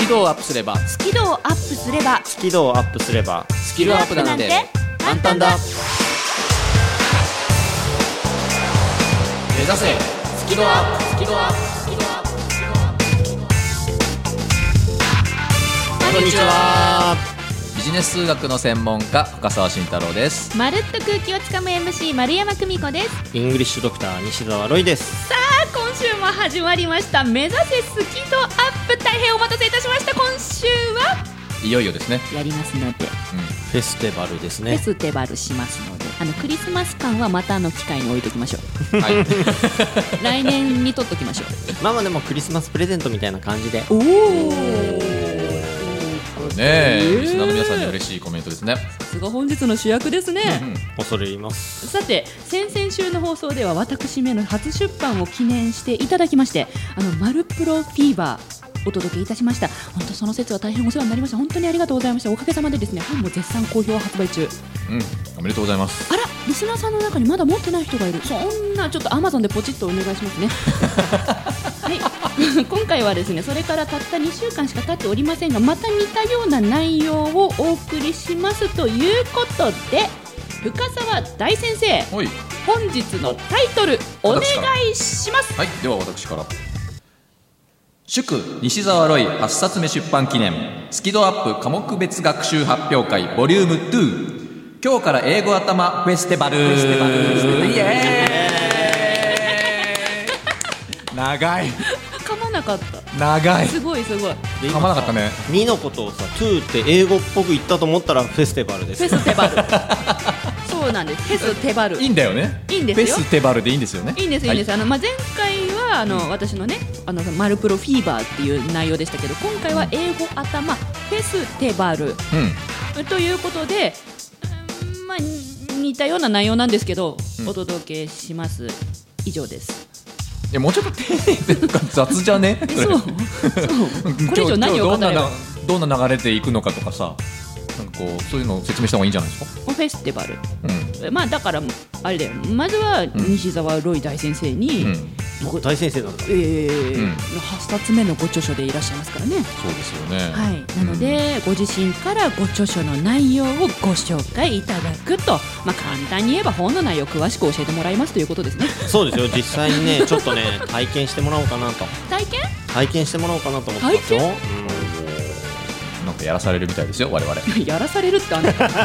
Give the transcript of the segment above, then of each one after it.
キ度をアップすればスキルをアップすればスキルをアップすればスキルアップなんて簡単だ。目指せスキルアップ、スキルアップ、スキルアップ、スキルアップ。 こんにちは。 ビジネス数学の専門家深澤慎太郎です。 まるっと空気をつかむ MC 丸山久美子です。 イングリッシュドクター西澤ロイです。 さあ今週も始まりました目指せスキルアップ。大変お待たせいたしました。今週はいよいよですね。 やりますので、 フェスティバルですね。 フェスティバルしますので、クリスマス感はまた機会に置いときましょう。 はい来年にとっときましょう。 まあでもクリスマスプレゼントみたいな感じで。 おお、 ねえ、リスナーの皆さんに嬉しいコメントですね。 さすが本日の主役ですね。 恐れ入ります。 さて先々週の放送では私めの初出版を記念していただきまして、マルプロフィーバーお届けいたしました。本当その説は大変お世話になりました。本当にありがとうございました。おかげさまでですね、本も絶賛好評発売中。 おめでとうございます。 あら、リスナーさんの中にまだ持ってない人がいる。そんなちょっと Amazon でポチッとお願いしますね。はい、今回はですね、それからたった2週間しか経っておりませんが、また似たような内容をお送りしますということで、深澤大先生、 はい、 本日のタイトルお願いします。 はい、では私から。祝西澤ロイ8冊目出版記念スキドアップ科目別学習発表会ボリューム2、今日から英語頭フェスティバル。イエーイ。長い。 噛まなかった。 長い。 すごいすごい。 噛まなかったね。 2のことをさ、2って英語っぽく言ったと思ったらフェスティバルです。 フェスティバル。そうなんです。フェスティバル。 いいんだよね。 いいんですよ。 フェスティバルでいいんですよね。 いいんです、いいんです。前回は私のね、マルプロフィーバーっていう内容でしたけど、今回は英語頭フェスティバル、ということで、まあ似たような内容なんですけど、お届けします。以上です。 いや、もうちょっと丁寧で雑じゃね。 そうこれ以上何を語ればどんな流れでいくのかとかさ、なんかこうそういうのを説明した方がいいんじゃないですか。 フェスティバル、まあだからあれだよ、まずは西澤ロイ大先生に、 大先生なんだ。 8冊目のご著書でいらっしゃいますからね。 そうですよね。 はい、なので、ご自身からご著書の内容をご紹介いただくと、簡単に言えば本の内容を詳しく教えてもらいますということですね。 そうですよ。実際にね、ちょっとね、体験してもらおうかなと。体験してもらおうかなと思ってますよ。 なんかやらされるみたいですよ、我々。 やらされるって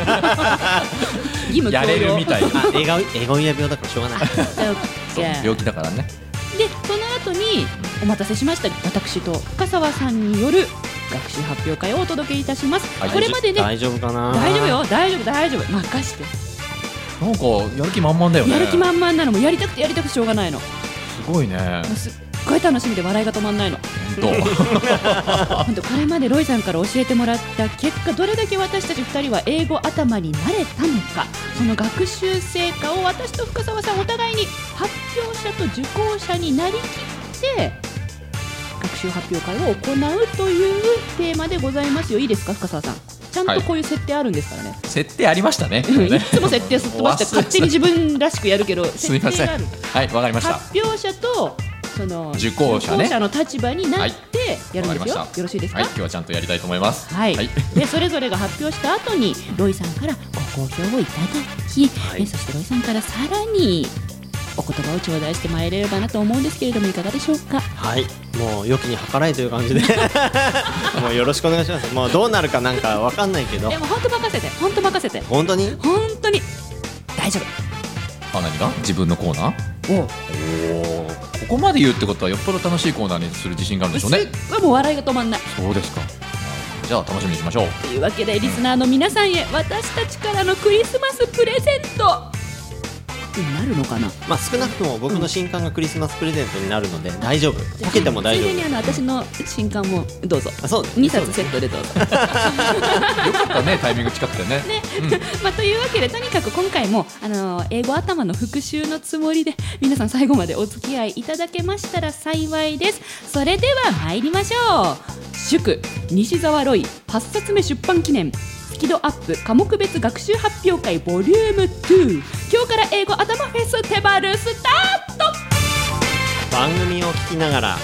義務教養やれるみたいな。 エゴイヤ病だからしょうがない。 病気だからね。 で、その後にお待たせしました、私と深澤さんによる学習発表会をお届けいたします。これまでね、 大丈夫かな。 大丈夫よ、大丈夫大丈夫、任して。 なんかやる気満々だよね。 やる気満々なのも、やりたくてしょうがないの。 すごいね。 すっごい楽しみで笑いが止まんないの。本当これまでロイさんから教えてもらった結果、どれだけ私たち2人は英語頭になれたのか、その学習成果を私と深澤さんお互いに発表者と受講者になりきって学習発表会を行うというテーマでございますよ。いいですか、深澤さん。ちゃんとこういう設定あるんですからね。 設定ありましたね。 いつも設定すっ飛ばして勝手に自分らしくやるけど、設定がある。 はい、わかりました。 発表者とその受講者の立場になってやるんですよ。よろしいですか。 はい、今日はちゃんとやりたいと思います。 はい。で、それぞれが発表した後にロイさんからご好評をいただき、そしてロイさんからさらにお言葉を頂戴してまいれればなと思うんですけれども、いかがでしょうか。 はい、もう良きに計らいという感じでもうよろしくお願いします。もうどうなるかなんかわかんないけど、 でも本当任せて、本当任せて。 本当に大丈夫。 何が自分のコーナー。ここまで言うってことはよっぽど楽しいコーナーにする自信があるんでしょうね。 もう笑いが止まんない。 そうですか。じゃあ楽しみにしましょう。 というわけで、リスナーの皆さんへ私たちからのクリスマスプレゼントになるのかな。 少なくとも僕の新刊がクリスマスプレゼントになるので大丈夫。ポケても大丈夫。 ついでに私の新刊もどうぞ。 そう 2冊セットでどうぞ。 よかったね、タイミング近くてね。 というわけで、とにかく今回も英語頭の復習のつもりで皆さん最後までお付き合いいただけましたら幸いです。それでは参りましょう。祝西澤ロイ8冊目出版記念スキドアップ科目別学習発表会ボリューム2、今日から英語頭フェスティバルスタート。 番組を聞きながら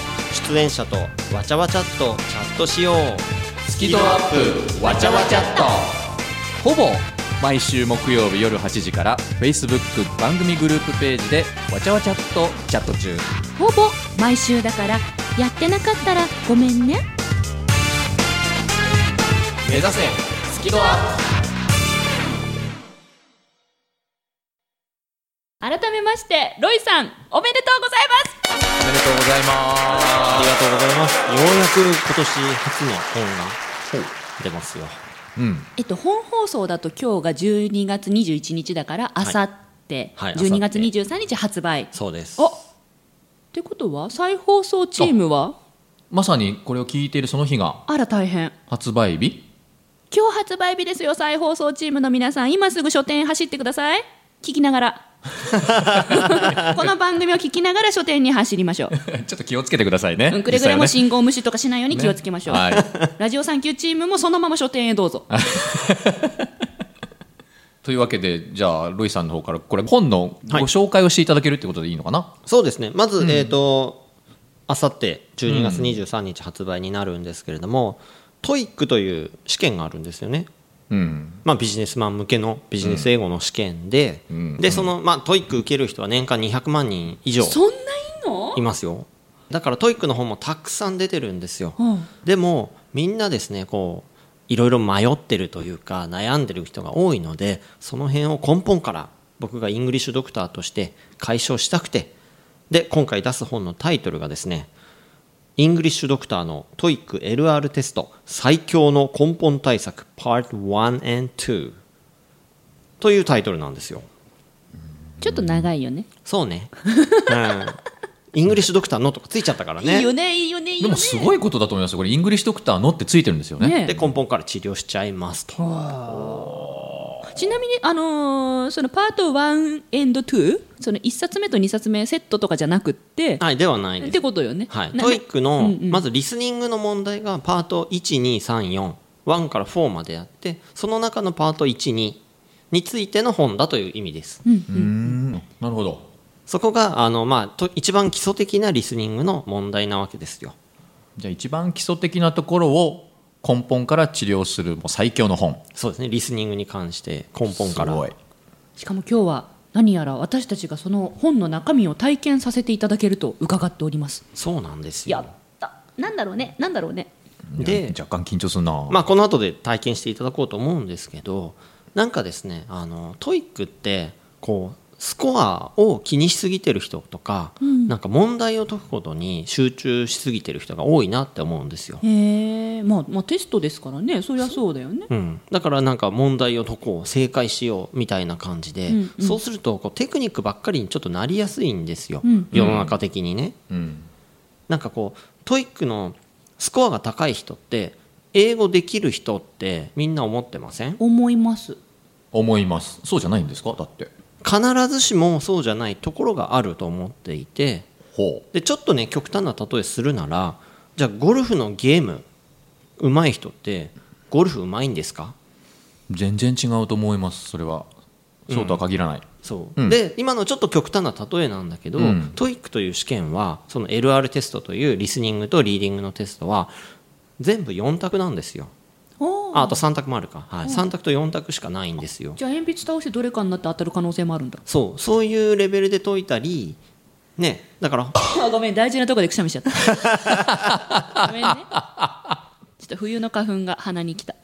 出演者とわちゃわちゃっとチャットしよう。 スキドアップわちゃわちゃっと。ほぼ毎週木曜日夜8時から Facebook 番組グループページでわちゃわちゃっとチャット中。 ほぼ毎週だからやってなかったらごめんね。 目指せスキドアッ改めましてロイさんおめでとうございます。 プ。おめでとうございます。 ありがとうございます。ようやく今年初の本が出ますよ。 本放送だと今日が12月21日だからあさって12月23日発売。 そうです。 ってことは再放送チームはまさにこれを聞いているその日があら大変。 発売日。 今日発売日ですよ。再放送チームの皆さん今すぐ書店走ってください。聞きながらこの番組を聞きながら書店に走りましょう。 ちょっと気をつけてくださいね。 くれぐれも信号無視とかしないように気をつけましょう、 はい、 ラジオサンキューチームもそのまま書店へどうぞというわけでじゃあロイさんの方からこれ本のご紹介をしていただけるってことでいいのかな。 そうですね。まず、あさって12月23日発売になるんですけれども、TOEIC という試験があるんですよね。ビジネスマン向けのビジネス英語の試験で、でその、TOEIC 受ける人は年間200万人以上そんないんのいますよ。だから TOEIC の本もたくさん出てるんですよ、でもみんなですねこういろいろ迷ってるというか悩んでる人が多いので、その辺を根本から僕がイングリッシュドクターとして解消したくて、で今回出す本のタイトルがですね、イングリッシュドクターの TOEIC LR テスト最強の根本対策 Part 1 and 2というタイトルなんですよ。 ちょっと長いよね。 そうね、イングリッシュドクターのとかついちゃったからね。 いいよねいいよねいいよね。 でもすごいことだと思いますよ。これイングリッシュドクターのってついてるんですよね。 で根本から治療しちゃいますと。 ちなみに、そのパート1 and 2その1冊目と2冊目セットとかじゃなくって、 はい、ではないです。 ってことよね。 TOEIC の、まずリスニングの問題がパート12341から4まであって、その中のパート12についての本だという意味です。 なるほど。 そこが一番基礎的なリスニングの問題なわけですよ。 じゃあ一番基礎的なところを根本から治療するもう最強の本。 そうですね。リスニングに関して根本から。 すごい。 しかも今日は何やら私たちがその本の中身を体験させていただけると伺っております。 そうなんですよ。 やった。なんだろうね。 で若干緊張するな。 この後で体験していただこうと思うんですけど、なんかですねTOEIC ってこうスコアを気にしすぎてる人とか、なんか問題を解くことに集中しすぎてる人が多いなって思うんですよ。 へえ、テストですからね。そりゃそうだよね。 だからなんか問題を解こう正解しようみたいな感じで、そうするとこうテクニックばっかりにちょっとなりやすいんですよ、世の中的にね。なんかこうTOEICのスコアが高い人って英語できる人ってみんな思ってません？ 思います。 そうじゃないんですか。だって必ずしもそうじゃないところがあると思っていて、でちょっとね極端な例えするなら、じゃあゴルフのゲーム上手い人ってゴルフ上手いんですか？ 全然違うと思います。それはそうとは限らない、 で今のちょっと極端な例えなんだけど、TOEIC という試験はその LR テストというリスニングとリーディングのテストは全部4択なんですよ。あと3択もあるか、3択と4択しかないんですよ。 じゃあ鉛筆倒してどれかになって当たる可能性もあるんだ。 そういうレベルで解いたりね。だからごめん、大事なところでくしゃみしちゃったごめんね。ちょっと冬の花粉が鼻に来た。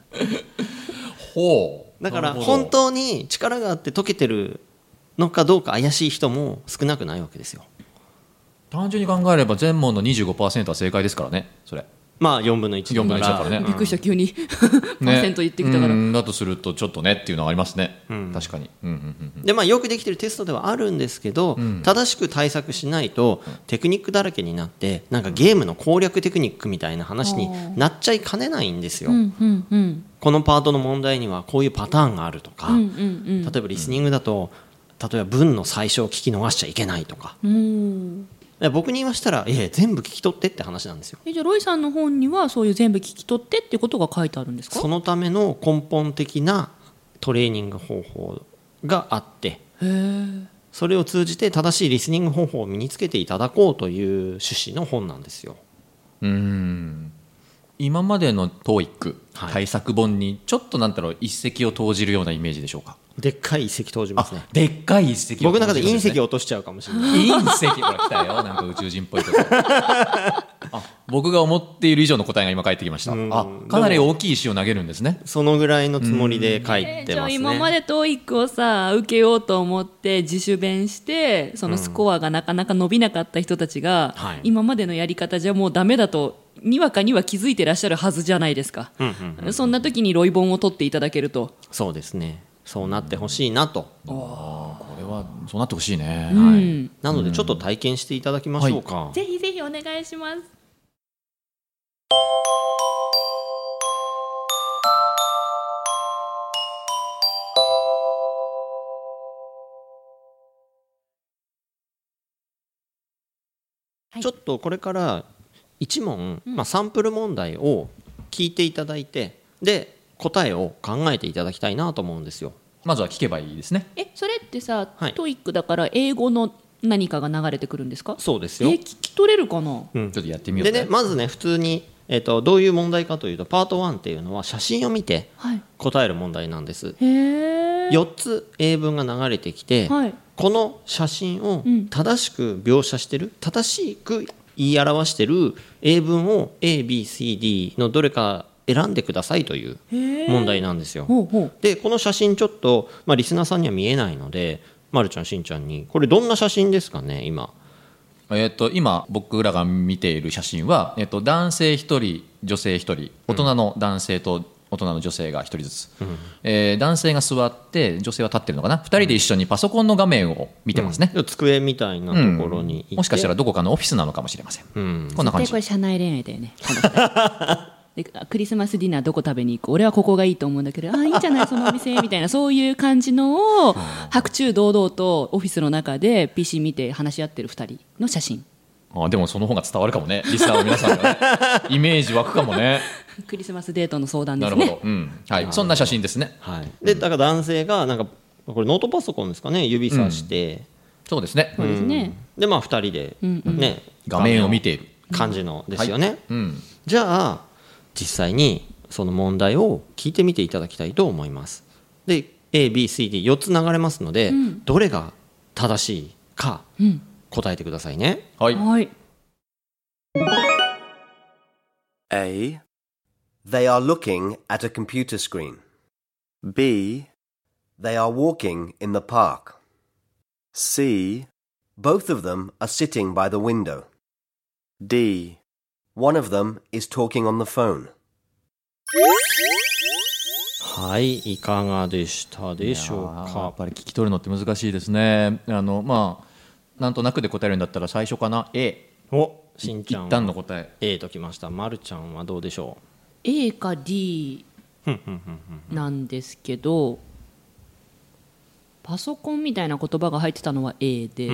だから本当に力があって解けてるのかどうか怪しい人も少なくないわけですよ。 単純に考えれば全問の 25% は正解ですからね。それ 4分の1だからね。びっくりした、急にパーセント言ってきたから、 だとするとちょっとねっていうのはありますね、確かに。 でよくできてるテストではあるんですけど、正しく対策しないとテクニックだらけになって、なんかゲームの攻略テクニックみたいな話になっちゃいかねないんですよ。このパートの問題にはこういうパターンがあるとか、例えばリスニングだと例えば文の最初を聞き逃しちゃいけないとか、僕に言わしたら全部聞き取ってって話なんですよ。 じゃあロイさんの本にはそういう全部聞き取ってってことが書いてあるんですか？ そのための根本的なトレーニング方法があって、それを通じて正しいリスニング方法を身につけていただこうという趣旨の本なんですよ。 今までの TOEIC はい対策本にちょっとなんだろう一石を投じるようなイメージでしょうか。 でっかい一石投じますね。 でっかい一石を僕の中で隕石をを落としちゃうかもしれない。 隕石ほら来たよなんか宇宙人っぽいこと僕が思っている以上の答えが今返ってきました。かなり大きい石を投げるんですね。 そのぐらいのつもりで書いてじゃあますね。 今まで TOEIC をさ受けようと思って自主勉してそのスコアがなかなか伸びなかった人たちが、 はい今までのやり方じゃもうダメだとにわかには気づいてらっしゃるはずじゃないですか、そんな時にロイ本を取っていただけると、 そうですね。そうなってほしいなと。 これはそうなってほしいね。 はい。なのでちょっと体験していただきましょうか。 ぜひぜひお願いします。 ちょっとこれから1問、サンプル問題を聞いていただいて、で答えを考えていただきたいなと思うんですよ。 まずは聞けばいいですね。 それってさ、 はい TOEIC だから英語の何かが流れてくるんですか？ そうですよ。 聞き取れるかな？ ちょっとやってみようでね、まずね普通に、どういう問題かというとパート1っていうのは写真を見てはい。 答える問題なんです。 へえ。 4つ英文が流れてきて、 はい。 この写真をん正しく描写してる、正しく言い表してる英文を ABCD のどれか選んでくださいという問題なんですよ。 ほうほう。 でこの写真ちょっと、リスナーさんには見えないので、まるちゃんしんちゃんにこれどんな写真ですかね今。 今僕らが見ている写真は、男性1人女性1人大人の男性と大人の女性が1人ずつ、男性が座って女性は立ってるのかな、2人で一緒にパソコンの画面を見てますね、 机みたいなところにいて、 もしかしたらどこかのオフィスなのかもしれません、こんな感じ絶対これ社内恋愛だよね。この二人でクリスマスディナーどこ食べに行く、俺はここがいいと思うんだけど、いいんじゃないそのお店みたいな、そういう感じのを白昼堂々とオフィスの中で PC 見て話し合ってる2人の写真。 でもその方が伝わるかもね、リスナーの皆さんがねイメージ湧くかもね。 クリスマスデートの相談ですね。 なるほど、はい、そんな写真ですね。 はい、でだから男性がなんかこれノートパソコンですかね、指さして、 そうですね、 そうですね。 で2人で、ね画面を見ている感じのですよね、 はい、 じゃあ実際にその問題を聞いてみていただきたいと思います。で ABCD4 つ流れますので、どれが正しいか答えてくださいね。 はい、 はい。 A. They are looking at a computer screen. B. They are walking in the park. C. Both of them are sitting by the window. D. One of them is talking on the phone. はい、いかがでしたでしょうやっか。 ぱり聞き取るのって難しいですね。なんとなくで答えるんだったら最初かな A お、しんちゃん一旦のは答え A ときました。まるちゃんはどうでしょ A か D なんですけど、パソコンみたいな言葉が入ってたのは A で、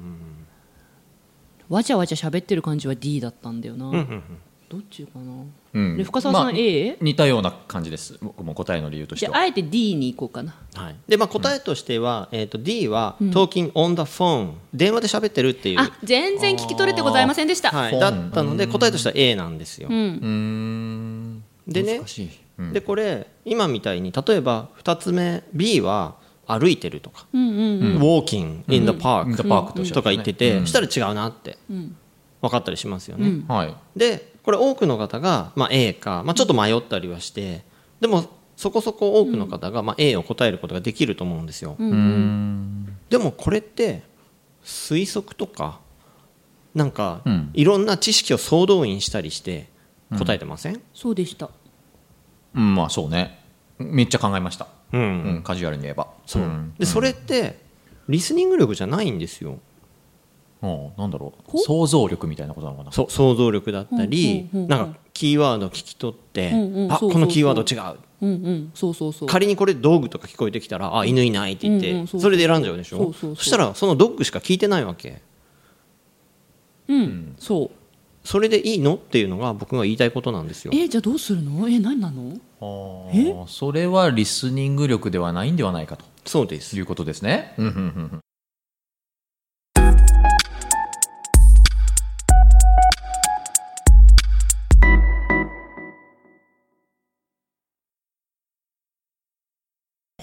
わちゃわちゃ喋ってる感じは D だったんだよな。どっちかな。で深澤さん A？ 似たような感じです。僕も答えの理由としては。 じゃああえて D に行こうかな。 う。はい。で答えとしては、D は talking on the phone、電話で喋ってるっていう、 全然聞き取れてございませんでした。 はい、だったので答えとしては A なんですよ。でね難しい、 でこれ今みたいに例えば2つ目 B は歩いてるとか、walking in the park、とか言ってて、したら違うなって分かったりしますよね。 はい、 でこれ多くの方が、A か、ちょっと迷ったりはして、でもそこそこ多くの方が、A を答えることができると思うんですよ。でもこれって推測とかなんか、いろんな知識を総動員したりして答えてません？ そうでした。 まあそうね、めっちゃ考えました、 うんカジュアルに言えば。 そうでそれってリスニング力じゃないんですよ。 なんだろう、想像力みたいなことなのかな。 想像力だったり、なんかキーワードを聞き取って、このキーワード違う、 そう仮にこれドッグとか聞こえてきたら、犬いないって言って、それで選んじゃうでしょ。そしたらそのドッグしか聞いてないわけ。 そう。 それでいいのっていうのが僕が言いたいことなんですよ。 じゃあどうするの？何なの？ それはリスニング力ではないんではないかとそうですいうことですね。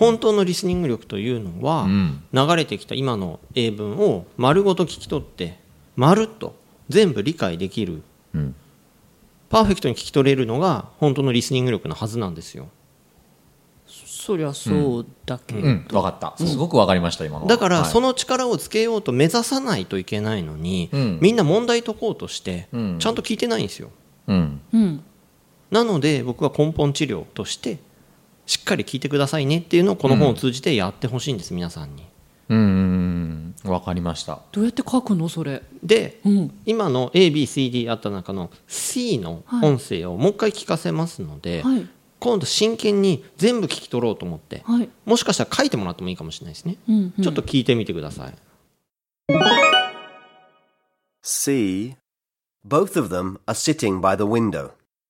本当のリスニング力というのは、流れてきた今の英文を丸ごと聞き取ってまるっと全部理解できる、パーフェクトに聞き取れるのが本当のリスニング力のはずなんですよ。 そりゃそうだけど、 分かった。すごく分かりました今のは。 だからはいその力をつけようと目指さないといけないのに、みんな問題解こうとしてちゃんと聞いてないんですよ。なので僕は根本治療としてしっかり聞いてくださいねっていうのをこの本を通じてやってほしいんです、皆さんに。 分かりました。 どうやって書くのそれ。 で、今の ABCD あった中の C の音声をもう一回聞かせますので、 はい、 今度真剣に全部聞き取ろうと思って、 はい、 もしかしたら書いてもらってもいいかもしれないですね、ちょっと聞いてみてください。 C. Both of them are sitting by the window.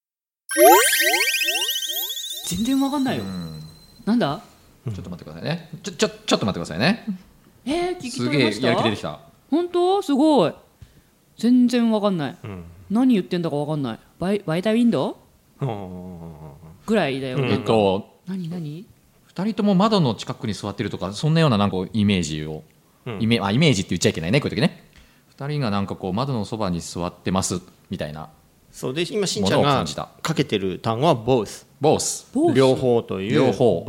全然わかんないよ、なんだ。 ちょっと待ってくださいね。ちょっと待ってくださいね。 聞きすげえ取れました。 やる気出てきた。 本当すごい。全然わかんない、何言ってんだかわかんない。バイタウィンドウぐらいだよ、何 2人とも窓の近くに座ってるとか、そんなようななんかイメージを、イメージって言っちゃいけないね、こういう時ね。2人がなんかこう窓のそばに座ってますみたいな。 そうで、今しんちゃんがかけてる単語は both、 両方という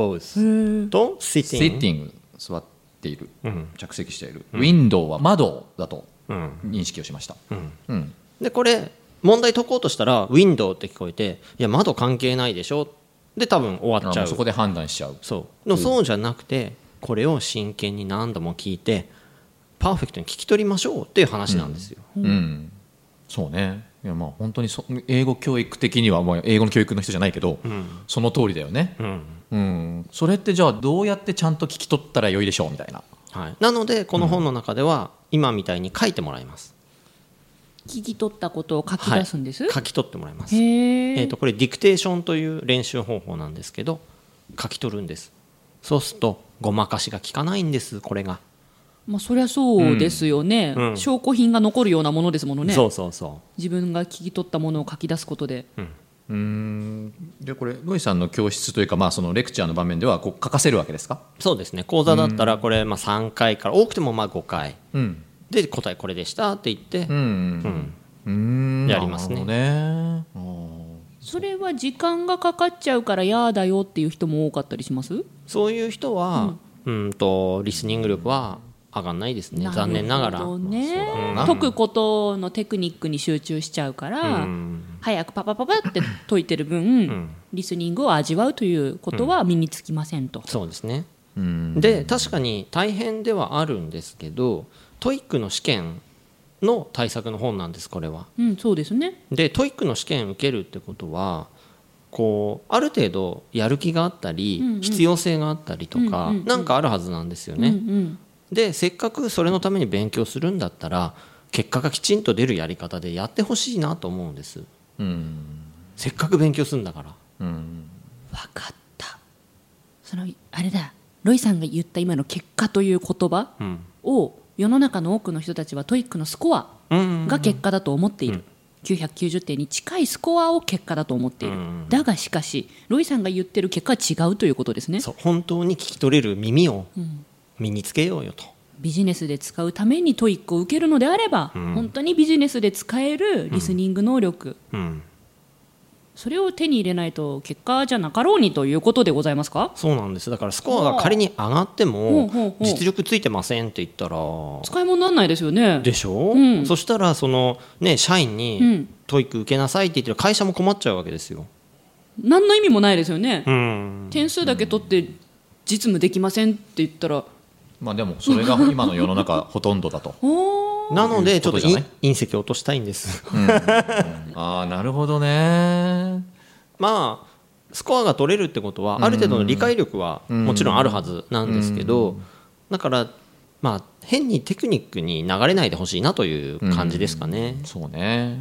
both と sitting 座っている、着席している、window は窓だと認識をしました、 でこれ問題解こうとしたら window って聞こえて、いや窓関係ないでしょで多分終わっちゃう。 そこで判断しちゃう。 そうじゃなくて、これを真剣に何度も聞いてパーフェクトに聞き取りましょうっていう話なんですよ。 そうね。いやまあ本当に英語教育的にはもう英語の教育の人じゃないけど、その通りだよね、それってじゃあどうやってちゃんと聞き取ったらよいでしょうみたいな、 なのでこの本の中では今みたいに書いてもらいます。 聞き取ったことを書き出すんです、 書き取ってもらいます。 へこれディクテーションという練習方法なんですけど、書き取るんです。そうするとごまかしが効かないんです、これが。 まあそりゃそうですよね、証拠品が残るようなものですものね。 そう自分が聞き取ったものを書き出すことで、 でこれロイさんの教室というか、まあ、そのレクチャーの場面ではこう書かせるわけですか？ そうですね。講座だったらこれ3回から多くても5回、で答えこれでしたって言って、やりますね。 それは時間がかかっちゃうから嫌だよっていう人も多かったりします？ そういう人は、リスニング力は上がんないですね、残念ながら。解くことのテクニックに集中しちゃうから、早くパパパパって解いてる分、リスニングを味わうということは身につきませんと。 そうですね。で確かに大変ではあるんですけど、トイックの試験の対策の本なんです、これは。 そうですね。 でトイックの試験受けるってことはこうある程度やる気があったり、必要性があったりとか、なんかあるはずなんですよね。でせっかくそれのために勉強するんだったら結果がきちんと出るやり方でやってほしいなと思うんです、せっかく勉強するんだから。 分かった。あれだ、ロイさんが言った今の結果という言葉を、世の中の多くの人たちはトイックのスコアが結果だと思っている、990点に近いスコアを結果だと思っている、だがしかしロイさんが言ってる結果は違うということですね。 そう、本当に聞き取れる耳を身につけようよと。 ビジネスで使うためにトイックを受けるのであれば、本当にビジネスで使えるリスニング能力、それを手に入れないと結果じゃなかろうにということでございますか？ そうなんです。だからスコアが仮に上がっても実力ついてませんって言ったら使い物にならないですよね。 でしょ、そしたらその、社員にトイック受けなさいって言ってる会社も困っちゃうわけですよ。 何の意味もないですよね、点数だけ取って実務できませんって言ったら、 まあでもそれが今の世の中ほとんどだとなのでちょっと隕石落としたいんです、 ああなるほどね。 まあスコアが取れるってことはある程度の理解力はもちろんあるはずなんですけど、だからまあ変にテクニックに流れないでほしいなという感じですかね。 そうね。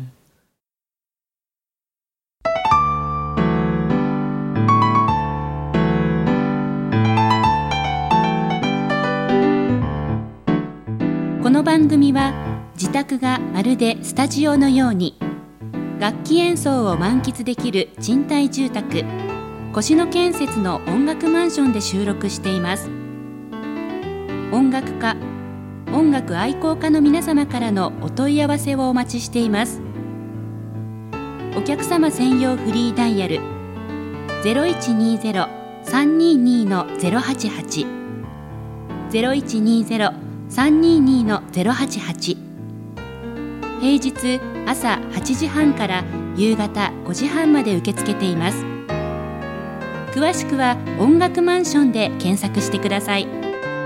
この番組は自宅がまるでスタジオのように楽器演奏を満喫できる賃貸住宅越野建設の音楽マンションで収録しています。音楽家、音楽愛好家の皆様からのお問い合わせをお待ちしています。お客様専用フリーダイヤル 0120-322-088 0120-322-088、平日朝8時半から夕方5時半まで受け付けています。詳しくは音楽マンションで検索してください。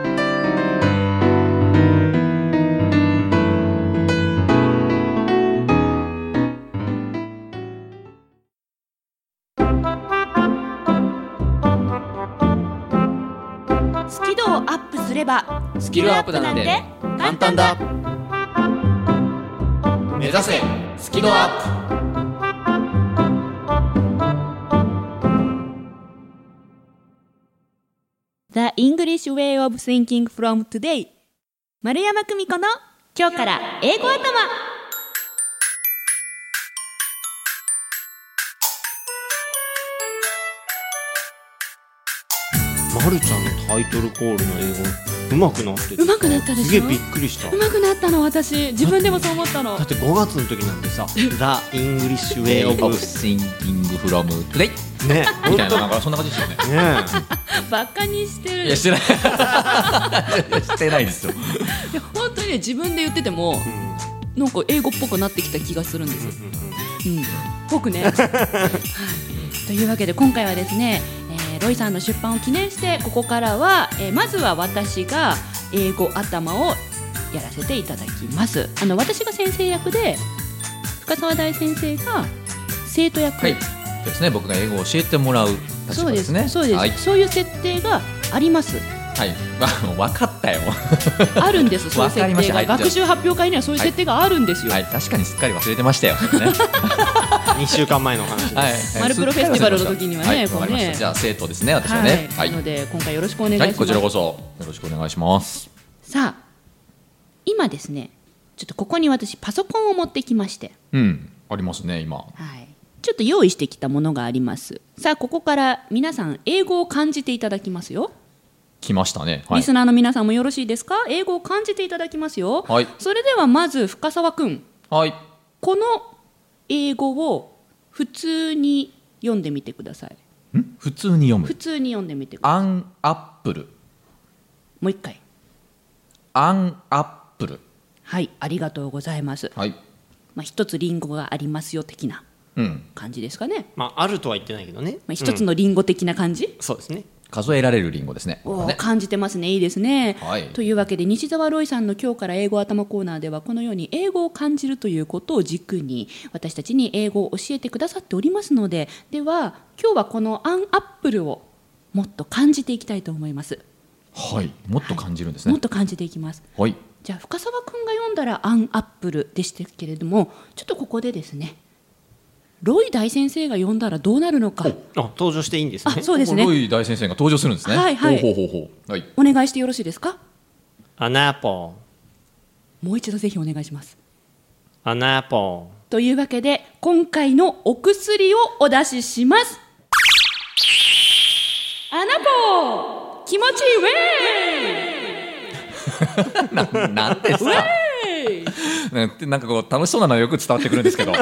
スキルをアップすればスキルアップなんて簡単だ。目指せスキルアップ。 The English Way of Thinking from Today。 丸山久美子の今日から英語頭。 まるちゃんのタイトルコールの英語上手くなってて、 上手くなったでしょ。 すげえびっくりした。 上手くなったの、私自分でもそう思ったの。 だって5月の時なんてさThe English Way of Thinking from Today ねみたいな、なんかそんな感じですよね。 ねバカにしてる。 いやしてないしてないですよ。 いや本当にね、自分で言っててもなんか英語っぽくなってきた気がするんですよ。ぽくね、はい、というわけで今回はですね、ロイさんの出版を記念してここからは、まずは私が英語頭をやらせていただきます。私が先生役で深澤大先生が生徒役、 はいですね、僕が英語を教えてもらう立場ですね。 そうです、はい、そういう設定があります。 はい、分かったよあるんです、そういう設定が、はい、学習発表会にはそういう設定があるんですよ。 はい、確かにすっかり忘れてましたよ、ね、 2週間前の話です、 はい、 マルプロフェスティバルの時にはね、 はい、わかりました。じゃあ生徒ですね、私はね、 はい、なので今回よろしくお願いします。 はい、こちらこそよろしくお願いします。 さあ、今ですね、ちょっとここに私パソコンを持ってきまして、 ありますね今、 はい、ちょっと用意してきたものがあります。さあ、ここから皆さん英語を感じていただきますよ。 来ましたね、はい、 リスナーの皆さんもよろしいですか？英語を感じていただきますよ、 はい、 それではまず深澤くん、 はい、 この英語を普通に読んでみてください。 普通に読む。 普通に読んでみてください。 アンアップル。 もう一回。 アンアップル。 はい、ありがとうございます。 はい、 一つリンゴがありますよ的な感じですかね。 あるとは言ってないけどね、 一つのリンゴ的な感じ、 そうですね。 数えられるリンゴですね。 感じてますね。いいですね、 はい、 というわけで西澤ロイさんの今日から英語頭コーナーではこのように英語を感じるということを軸に私たちに英語を教えてくださっておりますので、では今日はこのアンアップルをもっと感じていきたいと思います。 はい、もっと感じるんですね、 もっと感じていきます。 はい、 じゃあ深澤くんが読んだらアンアップルでしたけれども、ちょっとここでですね、ロイ大先生が読んだらどうなるのか。 登場していいんですね。 そうですね。 ロイ大先生が登場するんですね。 はいはい。 はい、 お願いしてよろしいですか。 An apple。 もう一度ぜひお願いします。 An apple。 というわけで今回のお薬をお出しします。アナポー、気持ちいいウェイなんですか。なんかこう楽しそうなのはよく伝わってくるんですけど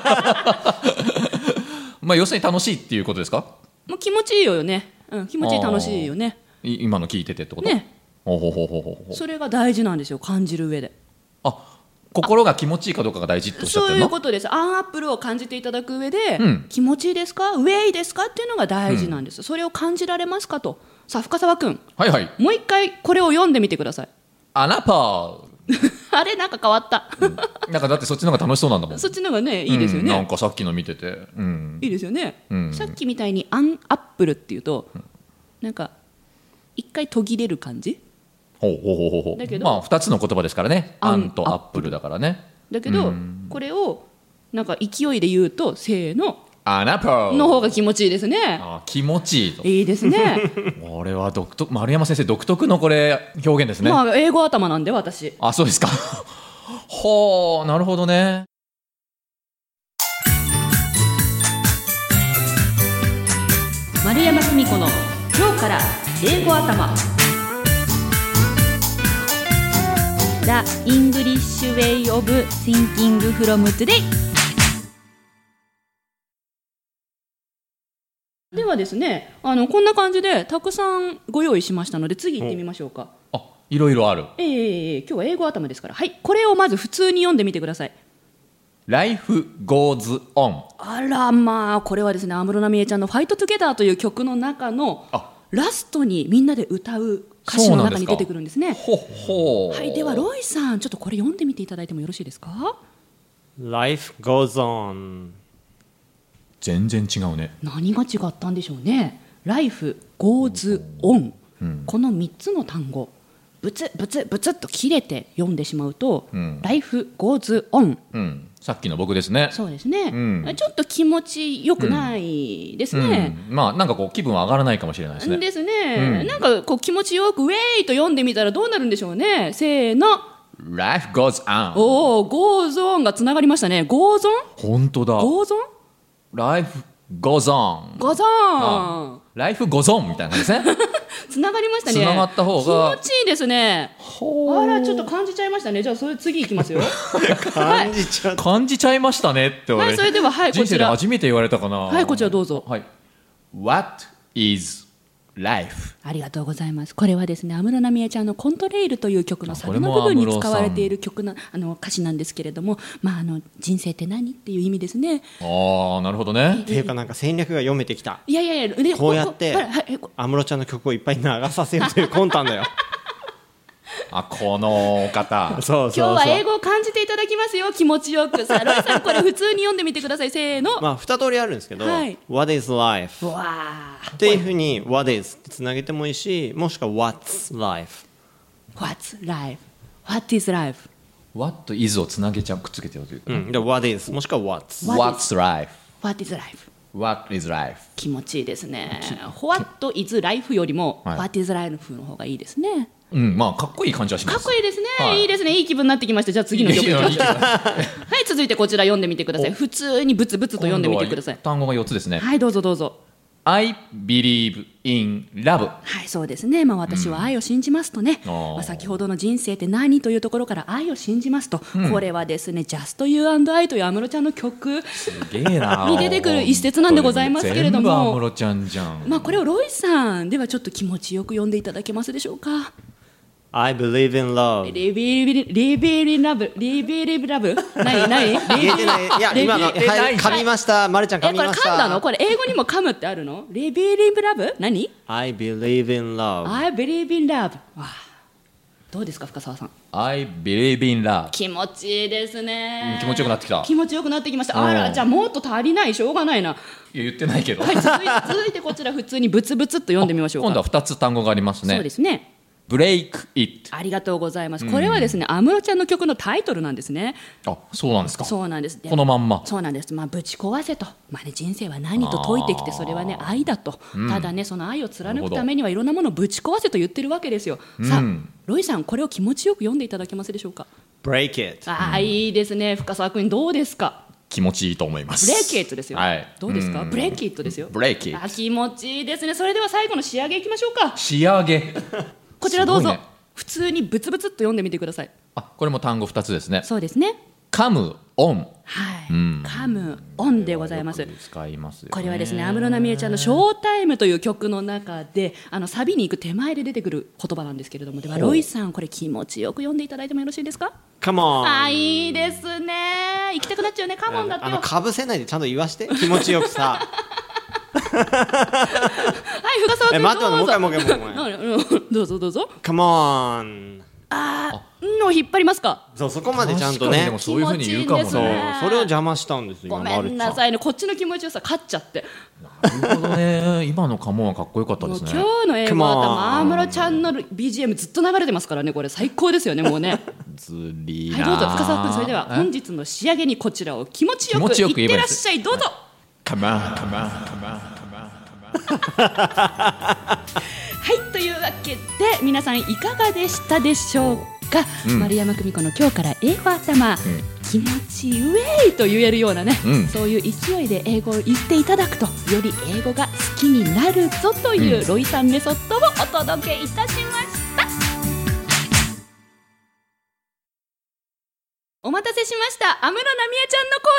まあ要するに楽しいっていうことですか。 もう気持ちいいよね、気持ちいい、楽しいよね、 今の聞いててってことね。 それが大事なんですよ、感じる上で。 心が気持ちいいかどうかが大事っておっしゃってるの。 そういうことです。アンアップルを感じていただく上で、気持ちいいですか、ウェイですかっていうのが大事なんです、それを感じられますかと。さあ深澤君、 はいはい、 もう一回これを読んでみてください。 アナパーあれ、なんか変わった、 なんかだってそっちの方が楽しそうなんだもん。 そっちの方がね、いいですよね、 なんかさっきの見てて、 いいですよね、さっきみたいにアンアップルっていうと、なんか一回途切れる感じ。だけどまあ2つの言葉ですからね、アンとアップルだからね。だけどこれをなんか勢いで言うと、せーの、 アナパーの方が気持ちいいですね。 気持ちいいと。 いいですねこれは丸山先生独特のこれ表現ですね。 英語頭なんで私。 そうですかほう、なるほどね。 丸山久美子の今日から英語頭。 The English Way of Thinking from Today。 ではですね、こんな感じでたくさんご用意しましたので、次行ってみましょうか。 あ、いろいろある。 今日は英語頭ですから、はい、これをまず普通に読んでみてください。 Life goes on。 あらまあ、これはですね、安室奈美恵ちゃんのファイトトゥゲダーという曲の中のラストにみんなで歌う歌詞の中に出てくるんですね。 ほほ。 はい、ではロイさん、ちょっとこれ読んでみていただいてもよろしいですか。 Life goes on。 全然違うね。 何が違ったんでしょうね。 Life goes on、この3つの単語ブツブツブツっと切れて読んでしまうと、Life goes on、 さっきの僕ですね。 そうですね、ちょっと気持ちよくないですね、 まあなんかこう気分は上がらないかもしれないですね。 ですね、なんかこう気持ちよくウェイと読んでみたらどうなるんでしょうね。せーの、 Life goes on。 おー、goes on がつながりましたね。goes on？ 本当だ。 goes on？ Life goes on。 goes on。 Life goes on みたいな感じですね。 つながりましたね。 つながった方が気持ちいいですね。あら、ちょっと感じちゃいましたね。じゃあそれ次いきますよ。 感じちゃった。 感じちゃいましたねって俺、 はい、それでは、はい、こ人生でちら、 初めて言われたかな。 はい、こちらどうぞ。 はい。What is life？ ありがとうございます。これはですね、安室奈美恵ちゃんのコントレイルという曲のサビの部分に使われている曲な歌詞なんですけれども、まあ、人生って何っていう意味ですね。 ああ、なるほどね。 っていうか、なんか戦略が読めてきた。 いやいやいや、ね、 こうやってはい、 安室ちゃんの曲をいっぱい流させるという魂胆だよ。 あ、このお方。 そうそうそう。 今日は英語を感じていただきますよ、気持ちよく。さあ、ロイさん、これ普通に読んでみてください。せーの。 まあ2通りあるんですけど、 はい、 What is life？ わーっていうふうに What is ってつなげてもいいし、もしくは What's life？ What's life? What is life? What is をつなげちゃう、くっつけてよというか、 で What is もしくは What's？ What's life？ What is life? What is life？ 気持ちいいですね。What is life よりも、 はい、 What is life の方がいいですね。 まあかっこいい感じはします。 かっこいいですね、 はい、 いいですね、いい気分になってきました。じゃあ次の曲いきましょう。はい、続いてこちら読んでみてください。普通にブツブツと読んでみてください。 単語が4つですね。 はい、どうぞどうぞ。 I believe in love。 はい、そうですね、まあ、私は愛を信じますとね、まあ、先ほどの人生って何というところから愛を信じますと、これはですね Just You and I という安室ちゃんの曲に出てくる一節なんでございますけれども、 全部安室ちゃんじゃん。 まあ、これをロイさんではちょっと気持ちよく読んでいただけますでしょうか。 I believe in love。 リビリラブ、リビリラブ、何言えてない。いや、今の、はい、噛みました。まるちゃん噛みました。 これ噛んだの？これ英語にも噛むってあるの？リビリラブ、何？ I believe in love。 I believe in love。 わあ、どうですか深澤さん。 I believe in love。 気持ちいいですね、 気持ちよくなってきた。 気持ちよくなってきました。あら、じゃあもっと足りない、しょうがないな。 いや、言ってないけど、 はい、続いてこちら普通にブツブツっと読んでみましょうか。 今度は2つ単語がありますね。 そうですね。 Break it。 ありがとうございます。これはですね、安室ちゃんの曲のタイトルなんですね。 あ、そうなんですか。 そうなんです。 このまんま。 そうなんです。まあ、ぶち壊せと、まあね、人生は何と解いてきて、それはね愛だと、ただねその愛を貫くためにはいろんなものをぶち壊せと言ってるわけですよ。さあ、ロイさん、これを気持ちよく読んでいただけますでしょうか。 Break it。 ああ、いいですね。深澤君どうですか。 気持ちいいと思います。 ブレーキイットですよ、 はい、 どうですか。ブレーキイットですよ。 ブレーキ。 あ、気持ちいいですね。それでは最後の仕上げいきましょうか。 仕上げ。 こちらどうぞ、 すごいね。 普通にブツブツっと読んでみてください。 あ、これも単語2つですね。 そうですね。 come on。 はい、come on でございます。 使いますよね。 これはですね、安室奈美恵ちゃんのショータイムという曲の中でサビに行く手前で出てくる言葉なんですけれども、ではロイさん、これ気持ちよく読んでいただいてもよろしいですか。 Come on。 あ、いいですね。行きたくなっちゃうね。カモンだってよ。 かぶせないでちゃんと言わして、気持ちよくさ。 はい、深澤君、 待って、もう一回どうぞどうぞ。 Come on。 の引っ張りますか。 そう、そこまでちゃんとね。 でもそういう風に言うかもね。 そう、それを邪魔したんですよ。 ごめんなさいね、こっちの気持ちよさ勝っちゃって。 なるほどね。今のカモンはかっこよかったですね。 今日の英語は安室ちゃんの BGM ずっと流れてますからね。これ最高ですよね、もうね。 ずりはい、どうぞ深澤君、それでは本日の仕上げにこちらを気持ちよくいってらっしゃい。どうぞ。 カモンカモンカモンカモンはい、というわけで皆さんいかがでしたでしょうか。丸山久美子の今日から英語頭、 気持ちウェイと言えるようなね、そういう勢いで英語を言っていただくとより英語が好きになるぞというロイさんメソッドをお届けいたしました。お待たせしました。安室奈美恵ちゃんのコ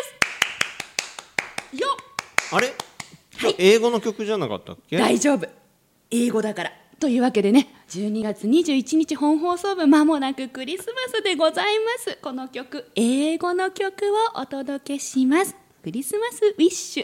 ーナーです。よっ、 あれ、今日英語の曲じゃなかったっけ？ 大丈夫、英語だから。というわけでね、12月21日本放送分、まもなくクリスマスでございます。この曲、英語の曲をお届けします。クリスマスウィッシュ。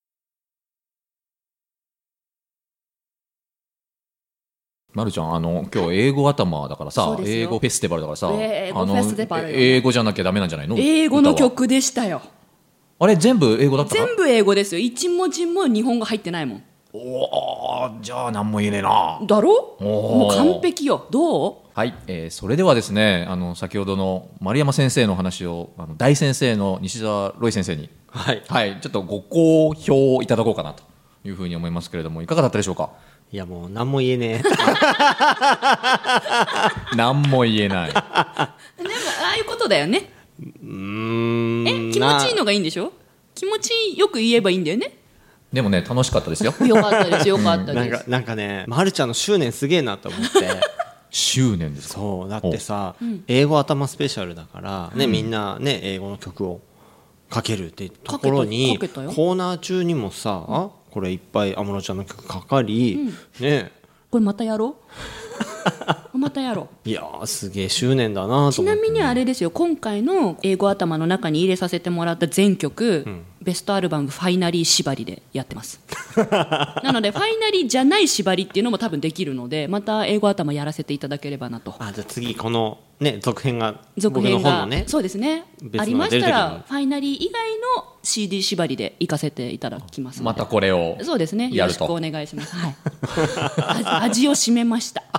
まるちゃん、今日英語頭だからさ、英語フェスティバルだからさ、 英語フェスティバルよね、 英語じゃなきゃダメなんじゃないの？ 英語の曲でしたよ。 あれ全部英語だったか？ 全部英語ですよ。一文字も日本語入ってないもん。 おー、じゃあ何も言えねえな。 だろ？もう完璧よ。どう？ はい、それではですね、先ほどの丸山先生の話を大先生の西澤ロイ先生に、はい、ちょっとご好評いただこうかなというふうに思いますけれども、いかがだったでしょうか？ いや、もう何も言えねえ。 何も言えない。 でもああいうことだよね。気持ちいいのがいいんでしょ？気持ちよく言えばいいんだよね。 でもね、楽しかったですよ。 よかったですよかったです。 なんかね、まるちゃんの執念すげえなと思って。 執念ですか？ そうだってさ、英語頭スペシャルだからね、みんなね英語の曲をかけるってところに、コーナー中にもさ、これいっぱい安室ちゃんの曲かかり、ね、 これまたやろう。またやろう。いやー、すげえ執念だなと思って。 ちなみにあれですよ、今回の英語頭の中に入れさせてもらった全曲、ベストアルバムファイナリー縛りでやってますなのでファイナリーじゃない縛りっていうのも多分できるので、また英語頭やらせていただければなと。 じゃあ次このね続編が僕の本のね、 そうですね、ありましたらファイナリー以外の CD 縛りで行かせていただきますので、 またこれをそうですね、よろしくお願いします。はい味を占めました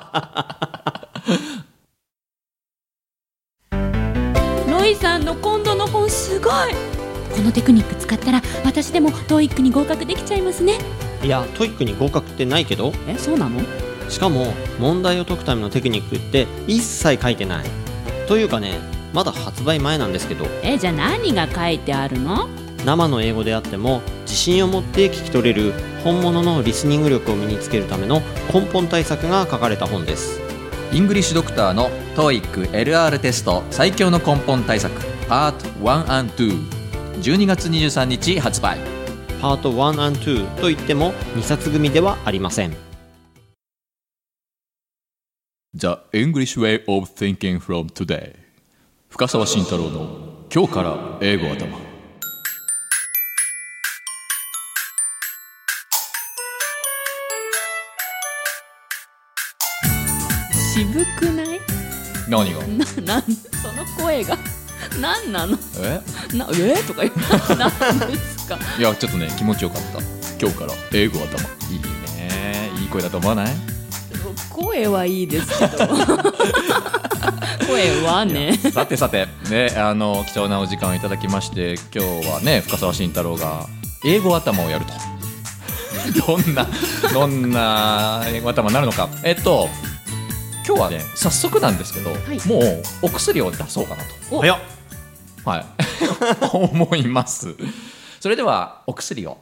ロイさんの今度の本すごい。このテクニック使ったら私でも TOEIC に合格できちゃいますね。 いや、TOEIC に合格ってないけど。 そうなの？ しかも問題を解くためのテクニックって一切書いてない。というかね、まだ発売前なんですけど。 じゃあ何が書いてあるの？ 生の英語であっても自信を持って聞き取れる本物のリスニング力を身につけるための根本対策が書かれた本です。 イングリッシュドクターの TOEIC LR テスト最強の根本対策パート 1&2 12月23日発売。 パート 1&2 といっても2冊組ではありません。 The English Way of Thinking from Today、 深澤慎太郎の今日から英語頭。 渋くない？ 何が？ その声が何なの？とか言う何ですか？ いや、ちょっとね、気持ちよかった。今日から英語頭。いいね、いい声だと思わない？ 声はいいですけど声はね。 さてね、貴重なお時間をいただきまして、今日はね、深澤慎太郎が英語頭をやるとどんな英語頭になるのか。今日はね、早速なんですけど、もうお薬を出そうかなと。 早っ。 はい思います。それではお薬を。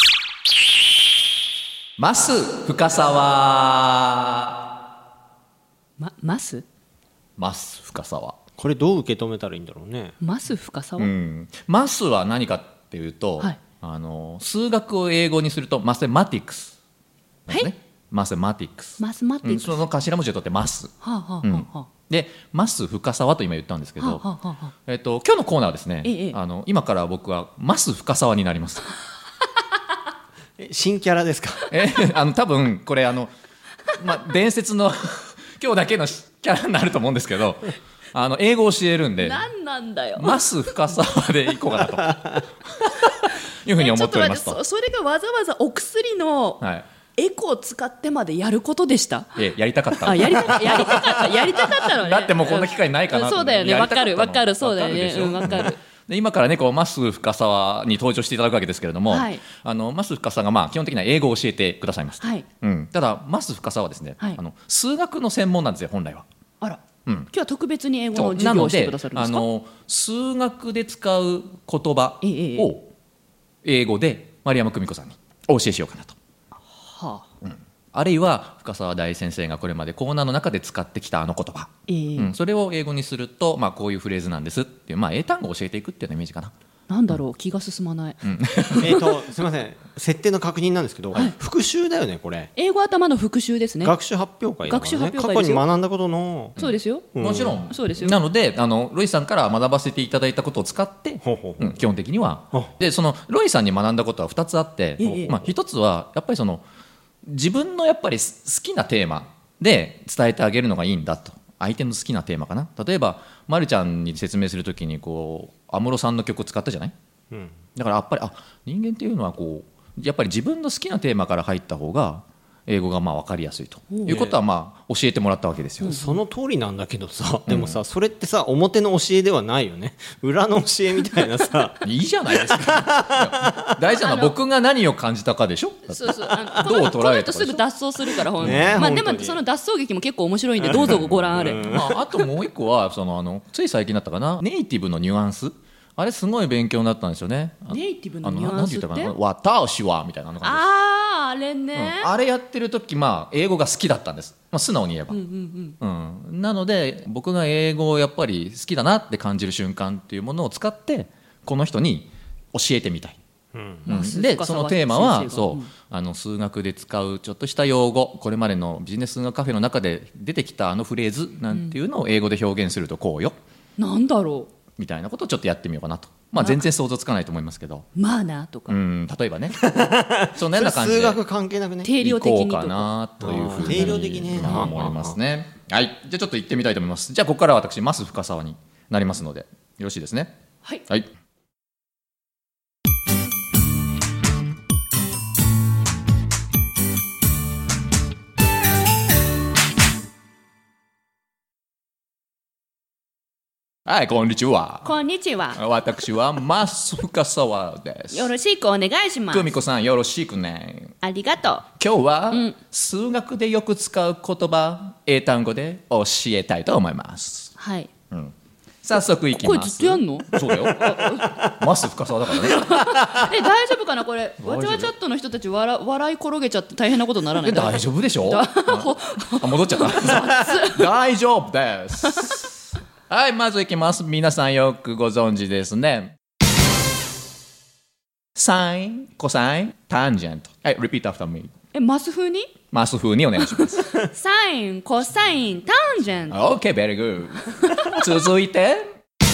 マス深澤。 マス深澤。 これどう受け止めたらいいんだろうね。 マス深澤、 マスは何かっていうと、数学を英語にするとマセマティクスですね。マセマティクス、その頭文字を取ってマス、でマス深澤と今言ったんですけど、今日のコーナーはですね、今から僕はマス深澤になります新キャラですか？ 多分これ伝説の今日だけのキャラになると思うんですけど、英語を教えるんで、 何なんだよ、 マス深澤でいこうかなというふうに思っておりますと。 それがわざわざお薬の、エコを使ってまでやることでした。 やりたかった。 やりたかったのね。 だってもうこんな機会ないかなと。 そうだよね。わかる。そうだよね。わかる。 で今からね、こうマス深澤に登場していただくわけですけれども、マス深澤が基本的には英語を教えてくださいます。ただマス深澤はですね、数学の専門なんですよ、本来は。 あら。 今日は特別に英語のそう授業をしてくださるんですか？ 数学で使う言葉ええを英語で丸山久美子さんにお教えしようかなと。 はあ、 あるいは深澤大先生がこれまでコーナーの中で使ってきたあの言葉、それを英語にすると、こういうフレーズなんですっていう、英単語を教えていくっていうようなイメージかな。 なんだろう、気が進まない。 すみません、設定の確認なんですけど、復習だよねこれ。 英語頭の復習ですね。 学習発表会だからね。 学習発表会過ですよ。 去に学んだことの。 そうですよ。 もちろんそうですよ。 なのでロイさんから学ばせていただいたことを使って基本的にはで、そのロイさんに学んだことは2つあって、1つはやっぱりその自分のやっぱり好きなテーマで伝えてあげるのがいいんだと。相手の好きなテーマかな。例えばまるちゃんに説明するときに安室さんの曲を使ったじゃない、だからやっぱり人間っていうのはやっぱり自分の好きなテーマから入った方が英語が分かりやすいということは教えてもらったわけですよ。 その通りなんだけどさ、でもさ、それってさ表の教えではないよね。裏の教えみたいなさいいじゃないですか。大事なのは僕が何を感じたかでしょ。 そうそう、 どう捉えたかでしょ。 この後すぐ脱走するから本当に、 ね、 でもその脱走劇も結構面白いんでどうぞご覧あれ。 あともう一個はつい最近だったかな、ネイティブのニュアンス、あれすごい勉強になったんですよね。 ネイティブのニュアンスってなんて言ったかな、私はみたいな感じです。 あれね、 あれやってる時英語が好きだったんです、素直に言えば、なので僕が英語をやっぱり好きだなって感じる瞬間っていうものを使ってこの人に教えてみたい、でそのテーマは数学で使うちょっとした用語、これまでのビジネス数学カフェの中で出てきたフレーズなんていうのを英語で表現するとこうよ、 なんだろうみたいなことをちょっとやってみようかなと。全然想像つかないと思いますけど、 とか、 例えばねそんなような感じで数学関係なくね、 定量的にとかいこうかなというふう定量的ねに思いますね。はい、じゃあちょっと行ってみたいと思います。じゃあここからは私マス深澤になりますのでよろしいですね。 はい、 はい。はい、こんにちは。 こんにちは。 私はマス深澤です。 よろしくお願いします。 久美子さんよろしくね。 ありがとう。 今日は、数学でよく使う言葉、英単語で教えたいと思います。 はい。 早速いきます。 これずっとやんの？ そうだよ。マス深澤だからね。 大丈夫かなこれ。わちゃわチャットの人たち笑い転げちゃって大変なことにならない？ 大丈夫でしょ？戻っちゃった。大丈夫です。はい、まずいきます。皆さんよくご存知ですね。サイン、コサイン、タンジェント。はい、repeat after me。 マス風に？ マス風にお願いします。 サイン、コサイン、タンジェント。 OK, very good。続いて、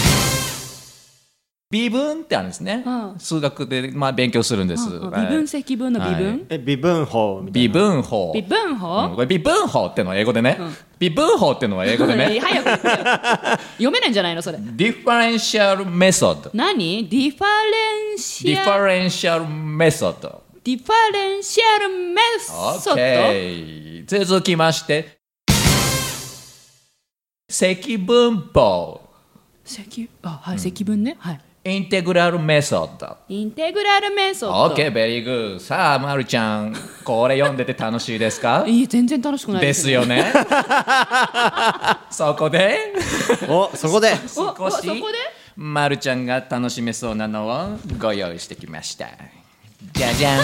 微分ってあるんですね。数学で勉強するんです。 微分積分の微分？ 微分法みたいな。 微分法。 微分法？ これ微分法ってのは英語でね。微分法ってのは英語でね。 早く言ってよ。読めないんじゃないのそれ。 Differential method。 何？ディファレンシャル。 Differential method。 ディファレンシャルメソッド。 OK。続きまして、積分法。 積分ね。はい。 インテグラルメソッド。 インテグラルメソッド。 OK, very good。さあ、まるちゃん、これ読んでて楽しいですか？ いい、全然楽しくないですよね。そこで少しまるちゃんが楽しめそうなのをご用意してきました。じゃじゃん。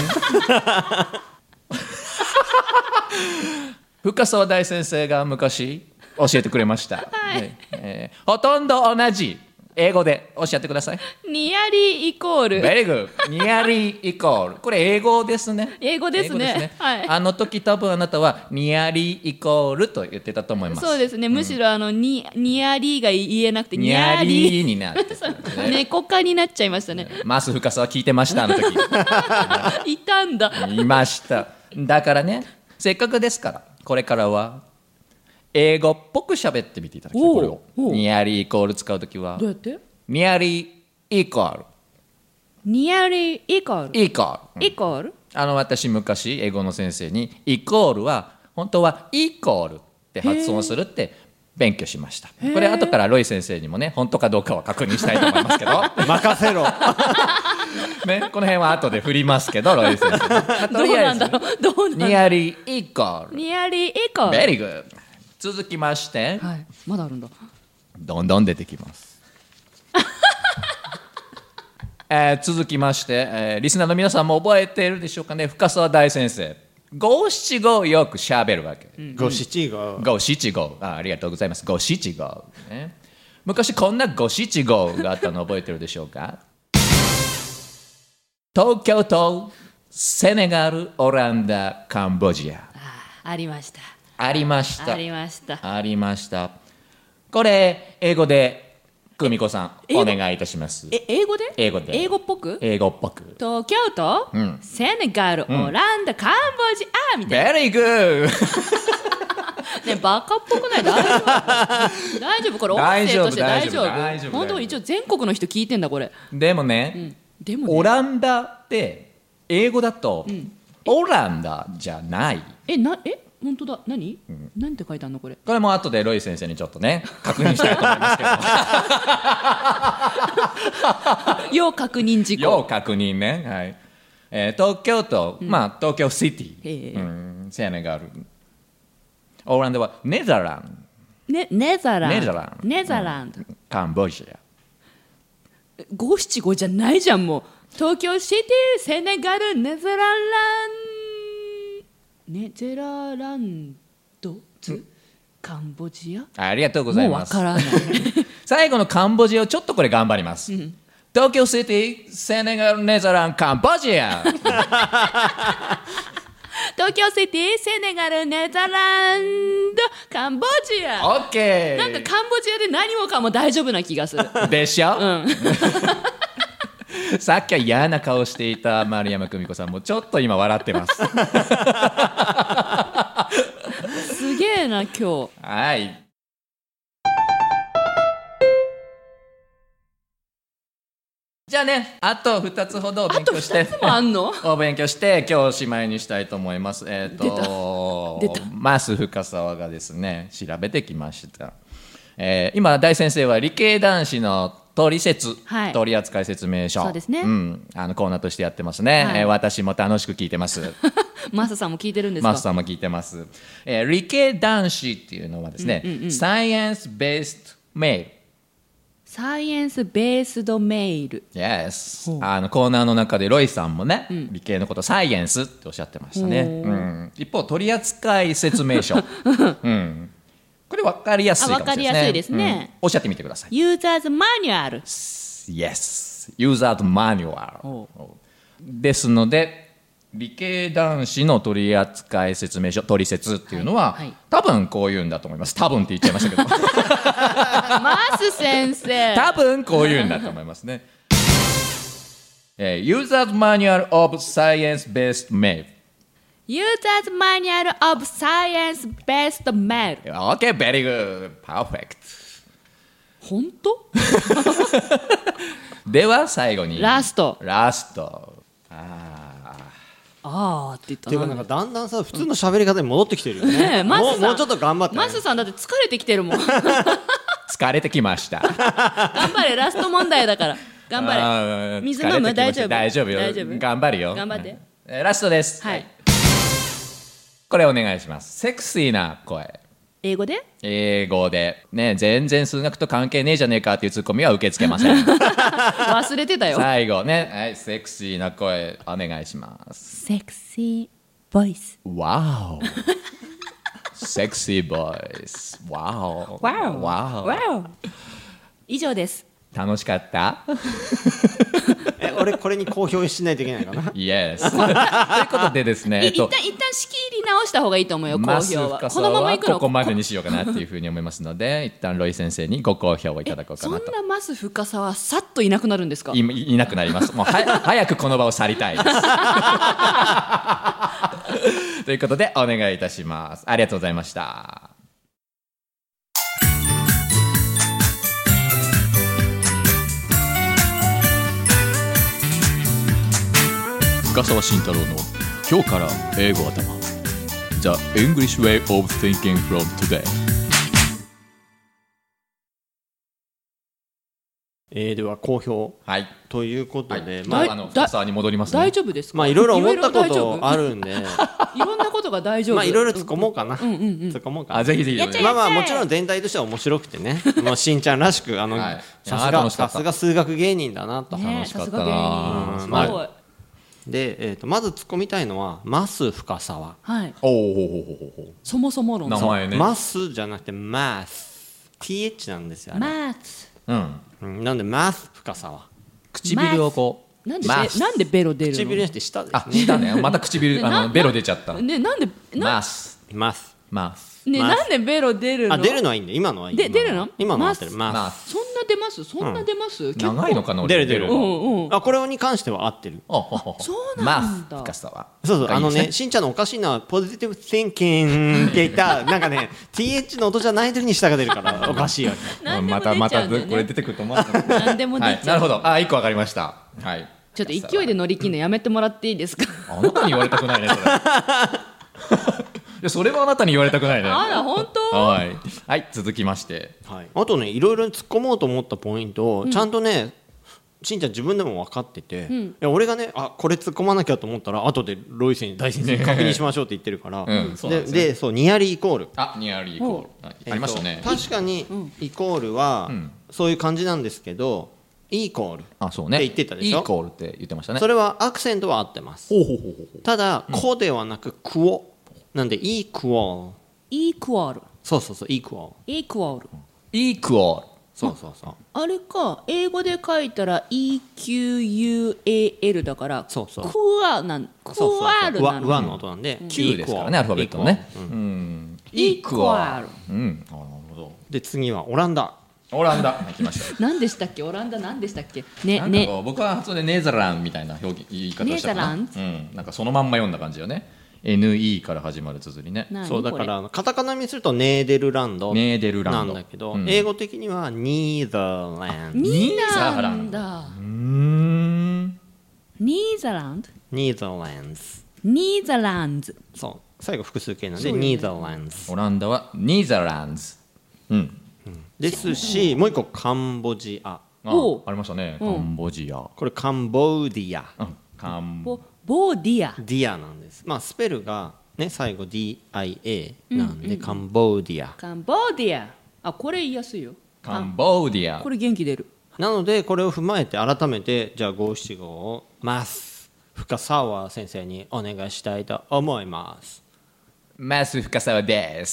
深澤大先生が昔教えてくれました。ほとんど同じ英語でおっしゃってください。 ニアリーイコール。 Very good。ニアリーイコール。これ英語ですね。 英語ですね。はい。 あの時多分あなたはニアリーイコールと言ってたと思います。 そうですね。むしろニアリーが言えなくてニアリーになって。 猫科になっちゃいましたね。 マス深澤聞いてましたあの時。 いたんだ。 いました。だからね、せっかくですからこれからは英語っぽく喋ってみていただきたい。これをニアリーイコール使うときはどうやって？ ニアリーイコール。 ニアリーイコール。 イコール。 イコール。 私昔英語の先生にイコールは本当はイコールって発音するって勉強しました。これ後からロイ先生にもね本当かどうかは確認したいと思いますけど。 任せろ。 ね、この辺は後で振りますけどロイ先生。 どうなんだろう。 ニアリーイコール。 ニアリーイコール。 ベリーグッド。 続きまして、 はい、まだあるんだ。 どんどん出てきます続きまして、リスナーの皆さんも覚えているでしょうかね。深澤大先生、五七五をよくしゃべるわけ。 五七五。 五七五。ありがとうございます。五七五、ね。昔こんな五七五があったの覚えてるでしょうか。東京都、セネガル、オランダ、カンボジア。 ありました。 ありました。 ありました。 ありました。これ英語で久美子さんお願いいたします。 英語で？ 英語で。 英語っぽく？ 英語っぽく。 東京都、セネガル、オランダ、カンボジアみたいな。 Very good ね、バカっぽくない？大丈夫大丈夫、これ音声として大丈夫。 大丈夫。 本当一応全国の人聞いてんだこれ。 でもね、 でもね、 オランダって英語だと、オランダじゃない。 本当だ。何？なんて書いてあるのこれ。 これも後でロイ先生にちょっとね確認したいと思いますけど。 要確認事項。 要確認ね。はい。東京都、東京シティ、セネガル。オランダはネザラン。 ネザランド。 カンボジア。 五七五じゃないじゃんもう。東京シティ、セネガル、ネザランド、カンボジア。 ありがとうございます。 もうわからない。 最後のカンボジアをちょっとこれ頑張ります。東京シティ、セネガル、ネザラン、カンボジア。 東京シティ、セネガル、ネザランド、カンボジア。 オッケー。 なんかカンボジアで何もかも大丈夫な気がする。 でしょ、さっきは嫌な顔していた丸山久美子さんもちょっと今笑ってます。 すげえな今日。 はい。じゃあね、あと2つほどお勉強して、 あと2つもあんの？ お勉強して今日おしまいにしたいと思います。 出たマス深沢がですね調べてきました。今大先生は理系男子の取説、取扱説明書、 そうですね、 コーナーとしてやってますね、私も楽しく聞いてます。 マスさんも聞いてるんですか？ マスさんも聞いてます。理系男子っていうのはですね、サイエンスベースドメール。 サイエンスベースドメール。 Yes。コーナーの中でロイさんもね、理系のことサイエンスっておっしゃってましたね。一方取扱説明書。これ分かりやすいかもしれないですね。 分かりやすいですね。 おっしゃってみてください。 ユーザーズマニュアル。 Yes。ユーザーズマニュアル。ですので、理系男子の取扱説明書、取説っていうのは、多分こういうんだと思います。多分って言っちゃいましたけど。 マス先生。 多分こういうんだと思いますね。User's Manual of Science-Based Mail。User's Manual of Science-Based Mail。Okay, very good. Perfect. 本当？ では最後に。 ラスト。 あーって言ったな。ていうかなんかだんだんさ普通の喋り方に戻ってきてるよね。もうちょっと頑張って。 マスさんだって疲れてきてるもん。 疲れてきました。 頑張れ、ラスト問題だから。頑張れ。水飲む？大丈夫？ 大丈夫よ。頑張るよ。 頑張って。 ラストです。はい。これお願いします。セクシーな声。 英語で？ 英語で。ね、全然数学と関係ねえじゃねえかっていうツッコミは受け付けません。 忘れてたよ。 最後ね、はい、セクシーな声お願いします。 セクシーボイス。 わお。セクシーボイス。わお。 わお。以上です。 楽しかった？ 俺これに公表しないといけないかな。 Yes。ということでですね、 一旦仕切り直した方がいいと思うよ。公表はこのままいくの。 ここまでにしようかなっていうふうに思いますので、一旦ロイ先生にご好評をいただこうかなと。 そんなマス深さはさっといなくなるんですか？ いなくなります。もう早くこの場を去りたいです。ということでお願いいたします。ありがとうございました。深澤慎太郎の今日から英語頭 The English Way of Thinking from Today。 では好評はいということで、 はい、 まあ深沢に戻りますね。 大丈夫ですか？ まあいろいろ思ったことあるんでいろんなことが大丈夫。 まあいろいろ突っ込もうかな、突っ込もうかな。 あ、ぜひぜひ。 やっちゃえまあまあもちろん全体としては面白くてねもうしんちゃんらしくはいさいや楽しかったすが数学芸人だなと、 ね楽しかったなさすが芸人すごい、 まで、まず突っ込みたいのはマス深沢、 はい。 おお、 そもそも論。 名前ね。 マスじゃなくてマス TH なんですよあれ、 マーツ。 なんでマス深沢、 唇をこう。 なんでマスなんでベロ出るの？ 唇にして下ですあ、したね。また唇ベロ出ちゃった。 ね、なんでマスマスマス。 ね、 マスなんでベロ出るの？ 出るのはいいんで今のはいい出るの？ 今のは合ってるママスマス。 そんな出ます？そんな出ます？結構長いのかな。 出る出るうんうん。 これに関しては合ってる。 そうなんだマス深沢。 そうがいいですねしんちゃんのおかしいのはポジティブ thinking って言ったなんかね th の音じゃない時に下が出るからおかしいわけ。 なんでも出ちゃうんだよねまたこれ出てくると思わなかった。 なんでも出ちゃう。 はい、なるほど。あ、一個わかりました。はい。 ちょっと勢いで乗り切るのやめてもらっていいですか？ あなたに言われたくないね、それ。いや、それはあなたに言われたくないね。 あら本当？ はい。はい、続きまして。 はい、あとねいろいろ突っ込もうと思ったポイントをちゃんとね、しんちゃん自分でも分かってて、いや俺がねこれ突っ込まなきゃと思ったら後でロイ大先生に確認しましょうって言ってるから、 そうなんですねでそうニアリーイコールあ、ニアリーイコール。ありましたね。 確かにイコールはそういう感じなんですけどイコールあ、そうね。 って言ってたでしょイコールって言ってましたね。 それはアクセントは合ってますほうほうほうほう。 ただ、こではなくクオなんでイクオルイクアル。 そうイクオルイクアル。 イコール。 そうあれか、英語で書いたら EQUAL だからそうクアなんクアルなの。 和の音なんで Q ですからね、アルファベットのね。 イクアル。 うん。なるほど。 で次はオランダオランダ来ました。 何でしたっけ？オランダ何でしたっけ？ねなんかこう僕は発音でネーザランみたいな言い方をしたかな。 ネーザラなんかそのまんま読んだ感じよね。NE から始まる綴りね。 何そうだかこれらカタカナにするとネーデルランドネーデルランドなんだけど、 うん英語的にはニーザーランドニーザザランランだ。ニーザランドニーザーランズニーザランズ。 そう最後複数形なんで、 そうよねニーザーランズオランダはニーザランズ。 ですしもう一個カンボジアおうありましたね。カンボジア。 これカンボディアカンボボーディア。 ディアなんですまあスペルがね最後 DIA なんで、カンボディアカンボディア。あ、これ言いやすいよ。 カンボディアこ。れ元気出る。 なのでこれを踏まえて改めてじゃあ五七五をマス深沢先生にお願いしたいと思いますマス深沢です。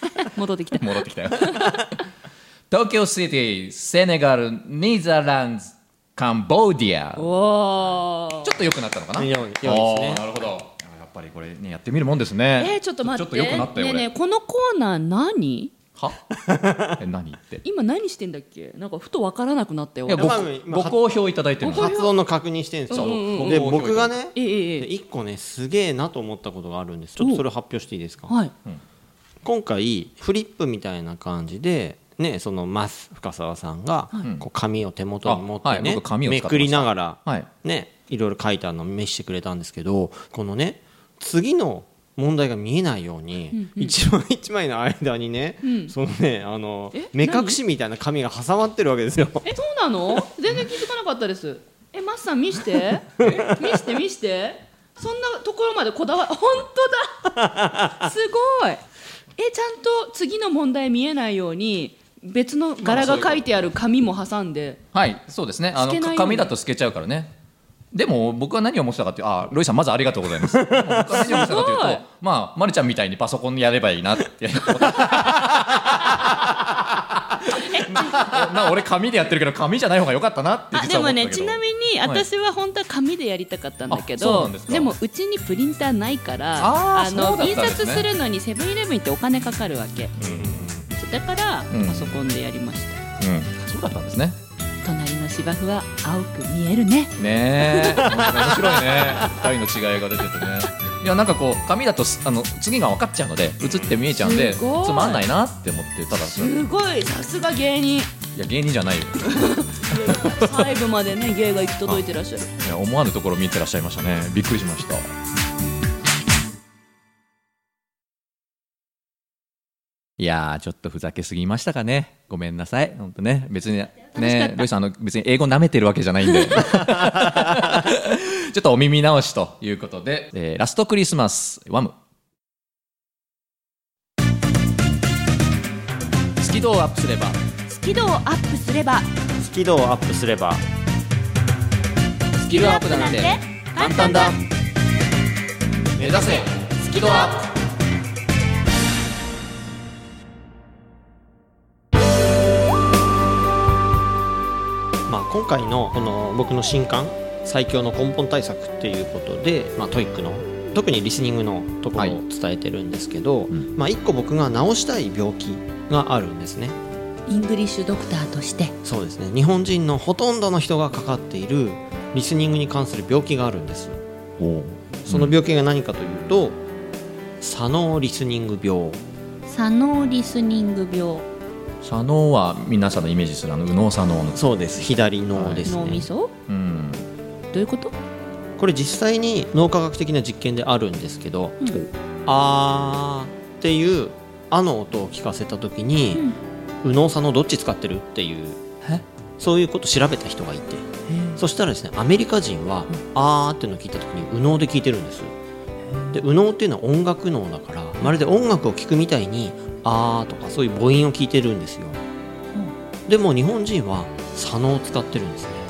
戻ってきた。 戻ってきたよ。東京シティ、セネガル、ニーザランズ、カンボディア。ちょおー。 っと良くなったのかな。 良いですねおーなるほど。やっぱりこれねやってみるもんですね。 ちょっと待って。 ちょっと良くなったよねえねえ、 俺。 このコーナー何？ は？何言って？ 今何してんだっけ？なんかふとわからなくなったよ。 いやまあご好評いただいてるんです。 発音の確認してるんですよ、で僕がねええ一個ねすげえなと思ったことがあるんですちょっとそれを発表していいですかはい。 今回フリップみたいな感じでねそのマス深沢さんがこう紙を手元に持ってあはいね僕紙を使ってましためくりながらはいねいろいろ書いてあるのを見せてくれたんですけどこのね次の問題が見えないように一枚一枚の間にねそのね目隠しみたいな紙が挟まってるわけですよ。 え、そうなの？全然気づかなかったです。え、マスさん見して見して。そんなところまでこだわり、本当だ。すごい。ちゃんと次の問題見えないように別の柄が書いてある紙も挟んで。 はい、そうですね。 透けないように紙だと透けちゃうからね。でも僕は何を思ってたかっていうロイさんまずありがとうございます。僕は何を思ってたかというすごいと、まあ、まるちゃんみたいにパソコンやればいいなって。俺紙でやってるけど紙じゃない方が良かったなってあ、 実でもね、 は思ったけど。 ちなみにはい私は本当は紙でやりたかったんだけあそうど、 なんですかでもうちにプリンターないからそうだったんですね印刷するのにセブンイレブンってお金かかるわけ、そうだからパソコンでやりました、 そうだったんですね。 隣の芝生は青く見えるね。 ねえ、面白いね。二人の違いが出ててね。いやなんかこう紙だと次が分かっちゃうので映って見えちゃうんでつすごいまんないなって思ってただそれいすごい、さすが芸人。 や芸人じゃないよ。 細部までね芸が行き届いてらっしゃる。 いや思わぬところ見てらっしゃいましたね。びっくりしました。 いやーちょっとふざけすぎましたかね。ごめんなさい本当ね。別にねロイさん別に英語舐めてるわけじゃないんでちょっとお耳直しということで、ラストクリスマスワム。スキルをアップすればスキルをアップすればスキルをアップすればスキルアップなんて簡単だ。目指せスキルアップ。 今回のこの僕の新刊最強の根本対策っていうことで、トイックの特にリスニングのところを伝えてるんですけど、一個僕が治したい病気があるんですね。 イングリッシュドクターとして。 そうですね。日本人のほとんどの人がかかっているリスニングに関する病気があるんです。その病気が何かというと、左脳リスニング病。 左脳リスニング病。 左脳は皆さんのイメージする右脳左脳の。 そうです。左脳ですね。 脳みそ、どういうこと？ これ実際に脳科学的な実験であるんですけど、あーっていうあの音を聞かせた時に、右脳左脳どっち使ってるっていうそういうことを調べた人がいて、そしたらですね、アメリカ人はあーっていうのを聞いた時に右脳で聞いてるんです。で右脳っていうのは音楽脳だから、まるで音楽を聞くみたいにあーとかそういう母音を聞いてるんですよ。でも日本人は左脳を使ってるんですね。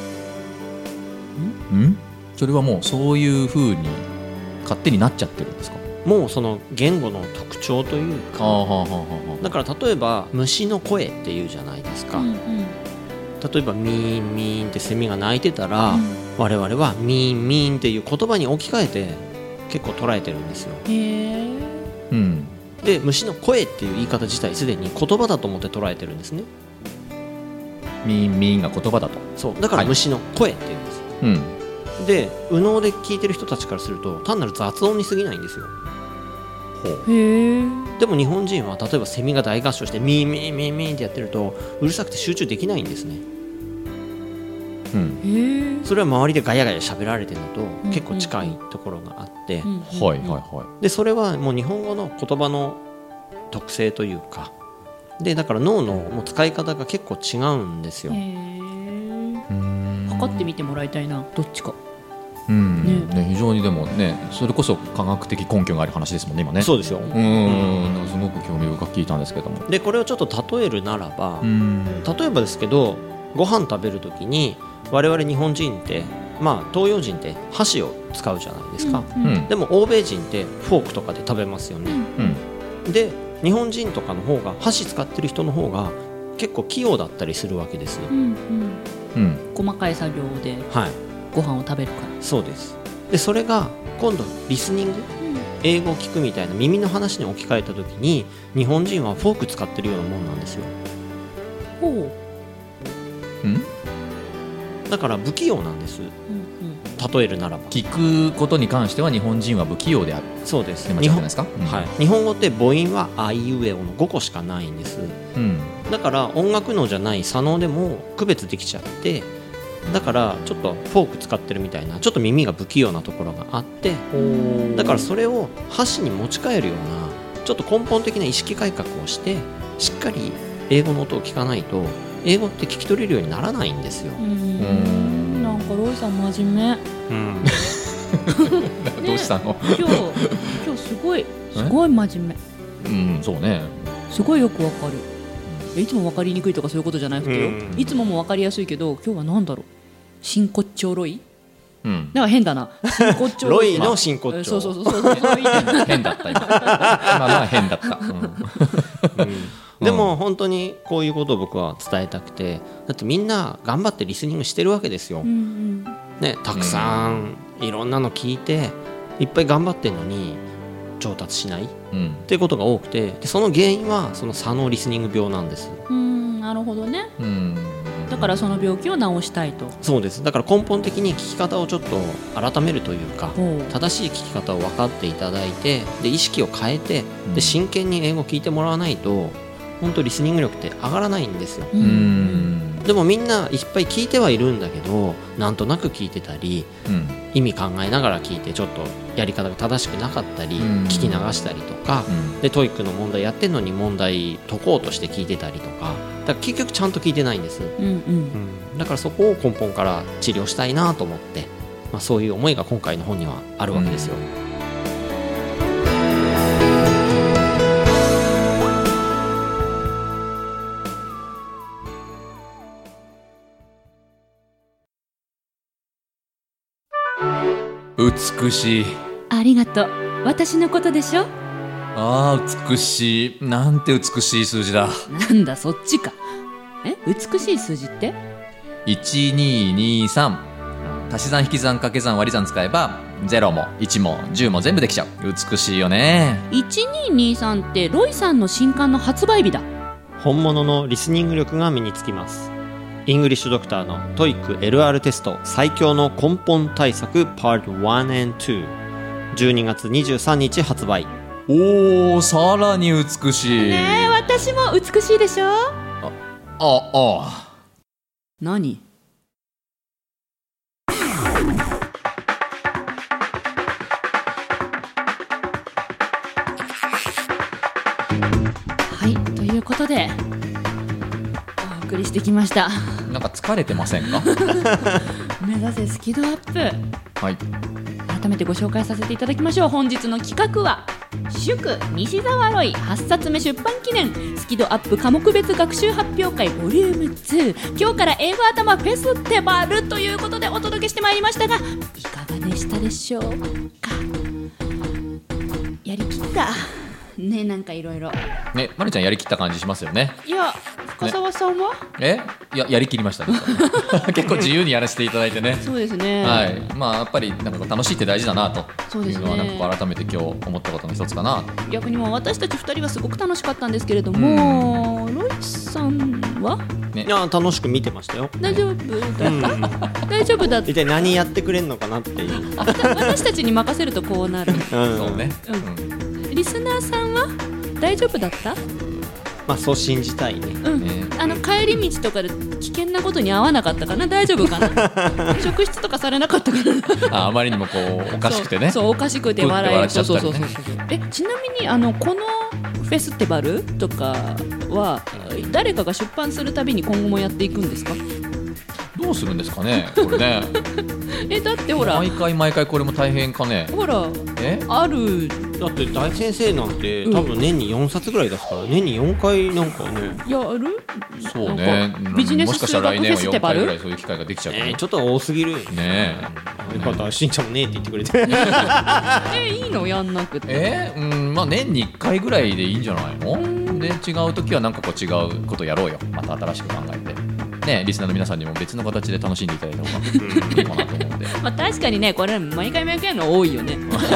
それはもうそういう風に勝手になっちゃってるんですか？ もうその言語の特徴というか、だから例えば虫の声っていうじゃないですか、例えばミーンミーンってセミが鳴いてたら、我々はミーンミーンっていう言葉に置き換えて結構捉えてるんですよ。で虫の声っていう言い方自体すでに言葉だと思って捉えてるんですね。 ミーンミーンが言葉だと。 そうだから虫の声っていうんです、で右脳で聞いてる人たちからすると単なる雑音に過ぎないんですよ。でも日本人は例えばセミが大合唱してミーミーミーミーってやってるとうるさくて集中できないんですね。それは周りでガヤガヤ喋られてるのと結構近いところがあって、でそれはもう日本語の言葉の特性というかで、だから脳のもう使い方が結構違うんですよ。 測ってみてもらいたいな、どっちか。 非常にでもね、それこそ科学的根拠がある話ですもんね今ね。 そうですよ。 すごく興味深く聞いたんですけども。 でこれをちょっと例えるならば、例えばですけどご飯食べるときに我々日本人って東洋人って箸を使うじゃないですか、でも欧米人ってフォークとかで食べますよね、で日本人とかの方が箸使ってる人の方が結構器用だったりするわけですよ、 細かい作業でご飯を食べるから、 そうです。でそれが今度リスニング、英語を聞くみたいな耳の話に置き換えた時に日本人はフォーク使ってるようなもんなんですよ。だから不器用なんです、例えるならば。 聞くことに関しては日本人は不器用である。 そうです。 日本ですか？ 日本語って母音はあいうえおの5個しかないんです、だから音楽脳じゃない左脳でも区別できちゃって、だからちょっとフォーク使ってるみたいなちょっと耳が不器用なところがあって、だからそれを箸に持ち帰るようなちょっと根本的な意識改革をしてしっかり英語の音を聞かないと英語って聞き取れるようにならないんですよ。 なんかロイさん真面目、 どうしたの？ 今日すごい真面目。 そうね。 すごいよくわかる。いつもわかりにくいとかそういうことじゃなくてよ、いつももわかりやすいけど今日はなんだろう、真骨頂ロイ、なんか変だな。真骨頂ロイの真骨頂、 そう変だった今変だった、 でも本当にこういうことを僕は伝えたくて、だってみんな頑張ってリスニングしてるわけですよ、たくさんいろんなの聞いていっぱい頑張ってるのに上達しない、っていうことが多くて、でその原因はその左脳リスニング病なんです。 なるほどね、だからその病気を治したいと。 そうです。だから根本的に聞き方をちょっと改めるというか、正しい聞き方を分かっていただいて、で意識を変えて、で真剣に英語を聞いてもらわないと本当リスニング力って上がらないんですよ。 でもみんないっぱい聞いてはいるんだけど、なんとなく聞いてたり、意味考えながら聞いてちょっとやり方が正しくなかったり、聞き流したりとか、でトイックの問題やってるのに問題解こうとして聞いてたりとか、だから結局ちゃんと聞いてないんです、だからそこを根本から治療したいなと思って、そういう思いが今回の本にはあるわけですよ。 美しい。 ありがとう。私のことでしょ。 ああ、美しい。なんて美しい数字だ。 なんだそっちか。美しい数字って？ 1223、足し算引き算掛け算割り算使えば0も1も10も全部できちゃう。美しいよね。 1223ってロイさんの新刊の発売日だ。 本物のリスニング力が身につきます。イングリッシュドクターの TOEIC LR テスト最強の根本対策 Part 1 and 2、 12月23日発売。 おー、さらに美しい。 ねえ、私も美しいでしょ。何？はい、ということでお送りしてきました。 なんか疲れてませんか？ 目指せスキドアップ。 はい、 改めてご紹介させていただきましょう。本日の企画は祝西澤ロイ8冊目出版記念スキドアップ科目別学習発表会ボリューム2、今日から英語頭フェスティバルということでお届けしてまいりましたが、いかがでしたでしょうか。やりきったね。なんかいろいろね、まるちゃんやりきった感じしますよね。 いや、深澤さんは、 いや、やりきりましたね。結構自由にやらせていただいてね。 そうですね、 はい、やっぱりなんか楽しいって大事だなというのは、 そうですね、 なんか改めて今日思ったことの一つかな。 逆にもう私たち2人はすごく楽しかったんですけれども、ロイさんは、 いや楽しく見てましたよ。 大丈夫だった、大丈夫だった。 一体何やってくれんのかなっていう。 私たちに任せるとこうなる。 そうね、 リスナーさんは大丈夫だった？ そう信じたいね。 帰り道とかで危険なことに遭わなかったかな。大丈夫かな。職質とかされなかったかな。 あまりにもこうおかしくてね。 そうおかしくて笑い。 ちゃったりね。 ちなみにこのフェスティバルとかは誰かが出版するたびに今後もやっていくんですか？ どうするんですかね、これね。 だってほら毎回これも大変かね。 ほらある。 だって大先生なんて多分年に4冊ぐらい出すから、年に4回なんかねやる。 そうね、 ビジネスもしかしたら来年は4 数学フェスティバル回ぐらいそういう機会ができちゃうから、 ちょっと多すぎるね。 よかった、しんちゃんもねえって言ってくれて。 いいのやんなくて。 年に1回ぐらいでいいんじゃないの。で違う時はなんかこう違うことやろうよ。また新しく考えてね、リスナーの皆さんにも別の形で楽しんでいただいた方がいいかなと思うんで。 確かにね、これ毎回の多いよね。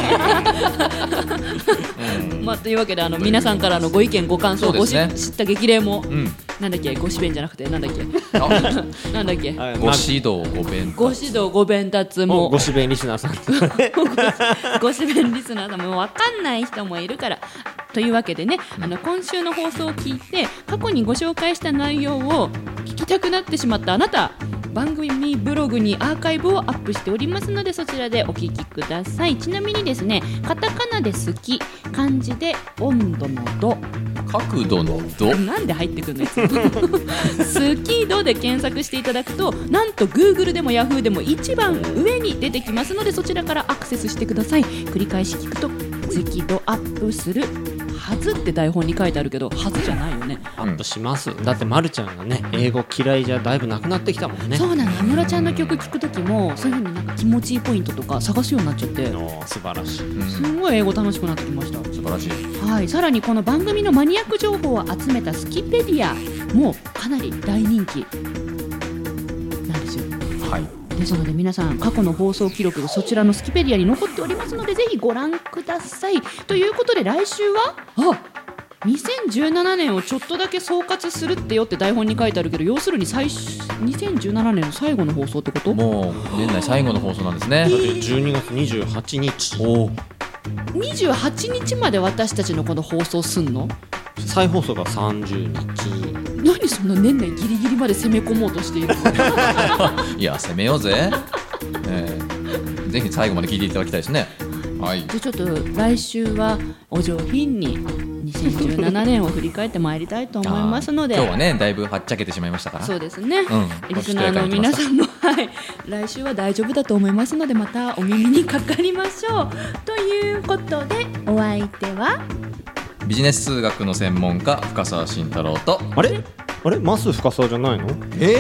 というわけで皆さんからのご意見ご感想、知った激励も、なんだっけ、ごしべんじゃなくてなんだっけなんだっけ、 ご指導ご弁達もごしべんリスナーさんごしべんリスナーさんも分かんない人もいるからというわけでね、今週の放送を聞いて過去にご紹介した内容を聞きたくなってしまったあなた、番組ブログにアーカイブをアップしておりますので、そちらでお聞きください。ちなみにですね、カタカナで好き、漢字で温度の度、 角度の度、 なんで入ってくるの好き度で検索していただくと、なんと Google でも Yahoo でも一番上に出てきますので、そちらからアクセスしてください。繰り返し聞くと好き度アップするはずって台本に書いてあるけど、はずじゃないよね。 アップします。だってまるちゃんがね、英語嫌いじゃだいぶなくなってきたもんね。 そうなの。安室ちゃんの曲聴くときもそういう風になんか気持ちいいポイントとか探すようになっちゃって、 素晴らしい、 すごい英語楽しくなってきました。 素晴らしい。 はい、さらにこの番組のマニアック情報を集めたスキペディアもかなり大人気なんですよ。 はい。 ですので皆さん、過去の放送記録そちらのスキペディアに残っておりますので、ぜひご覧ください。ということで来週は2017年をちょっとだけ総括するってよって台本に書いてあるけど、要するに2017年の最後の放送ってこと？ もう年内最後の放送なんですね。 12月28日 28日まで私たちのこの放送すんの？ 再放送が30日。 何そんな年内ギリギリまで攻め込もうとしているのいや攻めようぜ、ぜひ最後まで聞いていただきたいですね。はい、 じゃあちょっと来週はお上品に2017年を振り返ってまいりたいと思いますので今日はねだいぶはっちゃけてしまいましたから。 そうですね、 うん、 リスナーの皆さんも、はい、来週は大丈夫だと思いますのでまたお耳にかかりましょう。ということでお相手はビジネス数学の専門家深澤慎太郎とあれマス深澤じゃないの？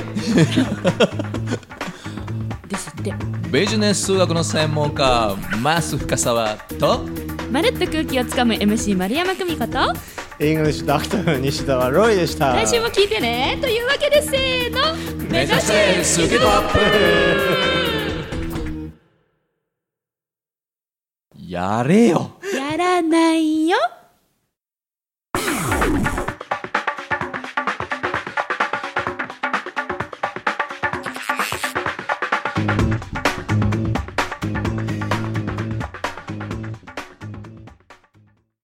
ですって。 ビジネス数学の専門家マス深澤とまるっと空気をつかむ MC 丸山久美子とイングリッシュドクター西澤ロイでした。 来週も聞いてねというわけでせーの目指せスキドアップやれよやらないよ。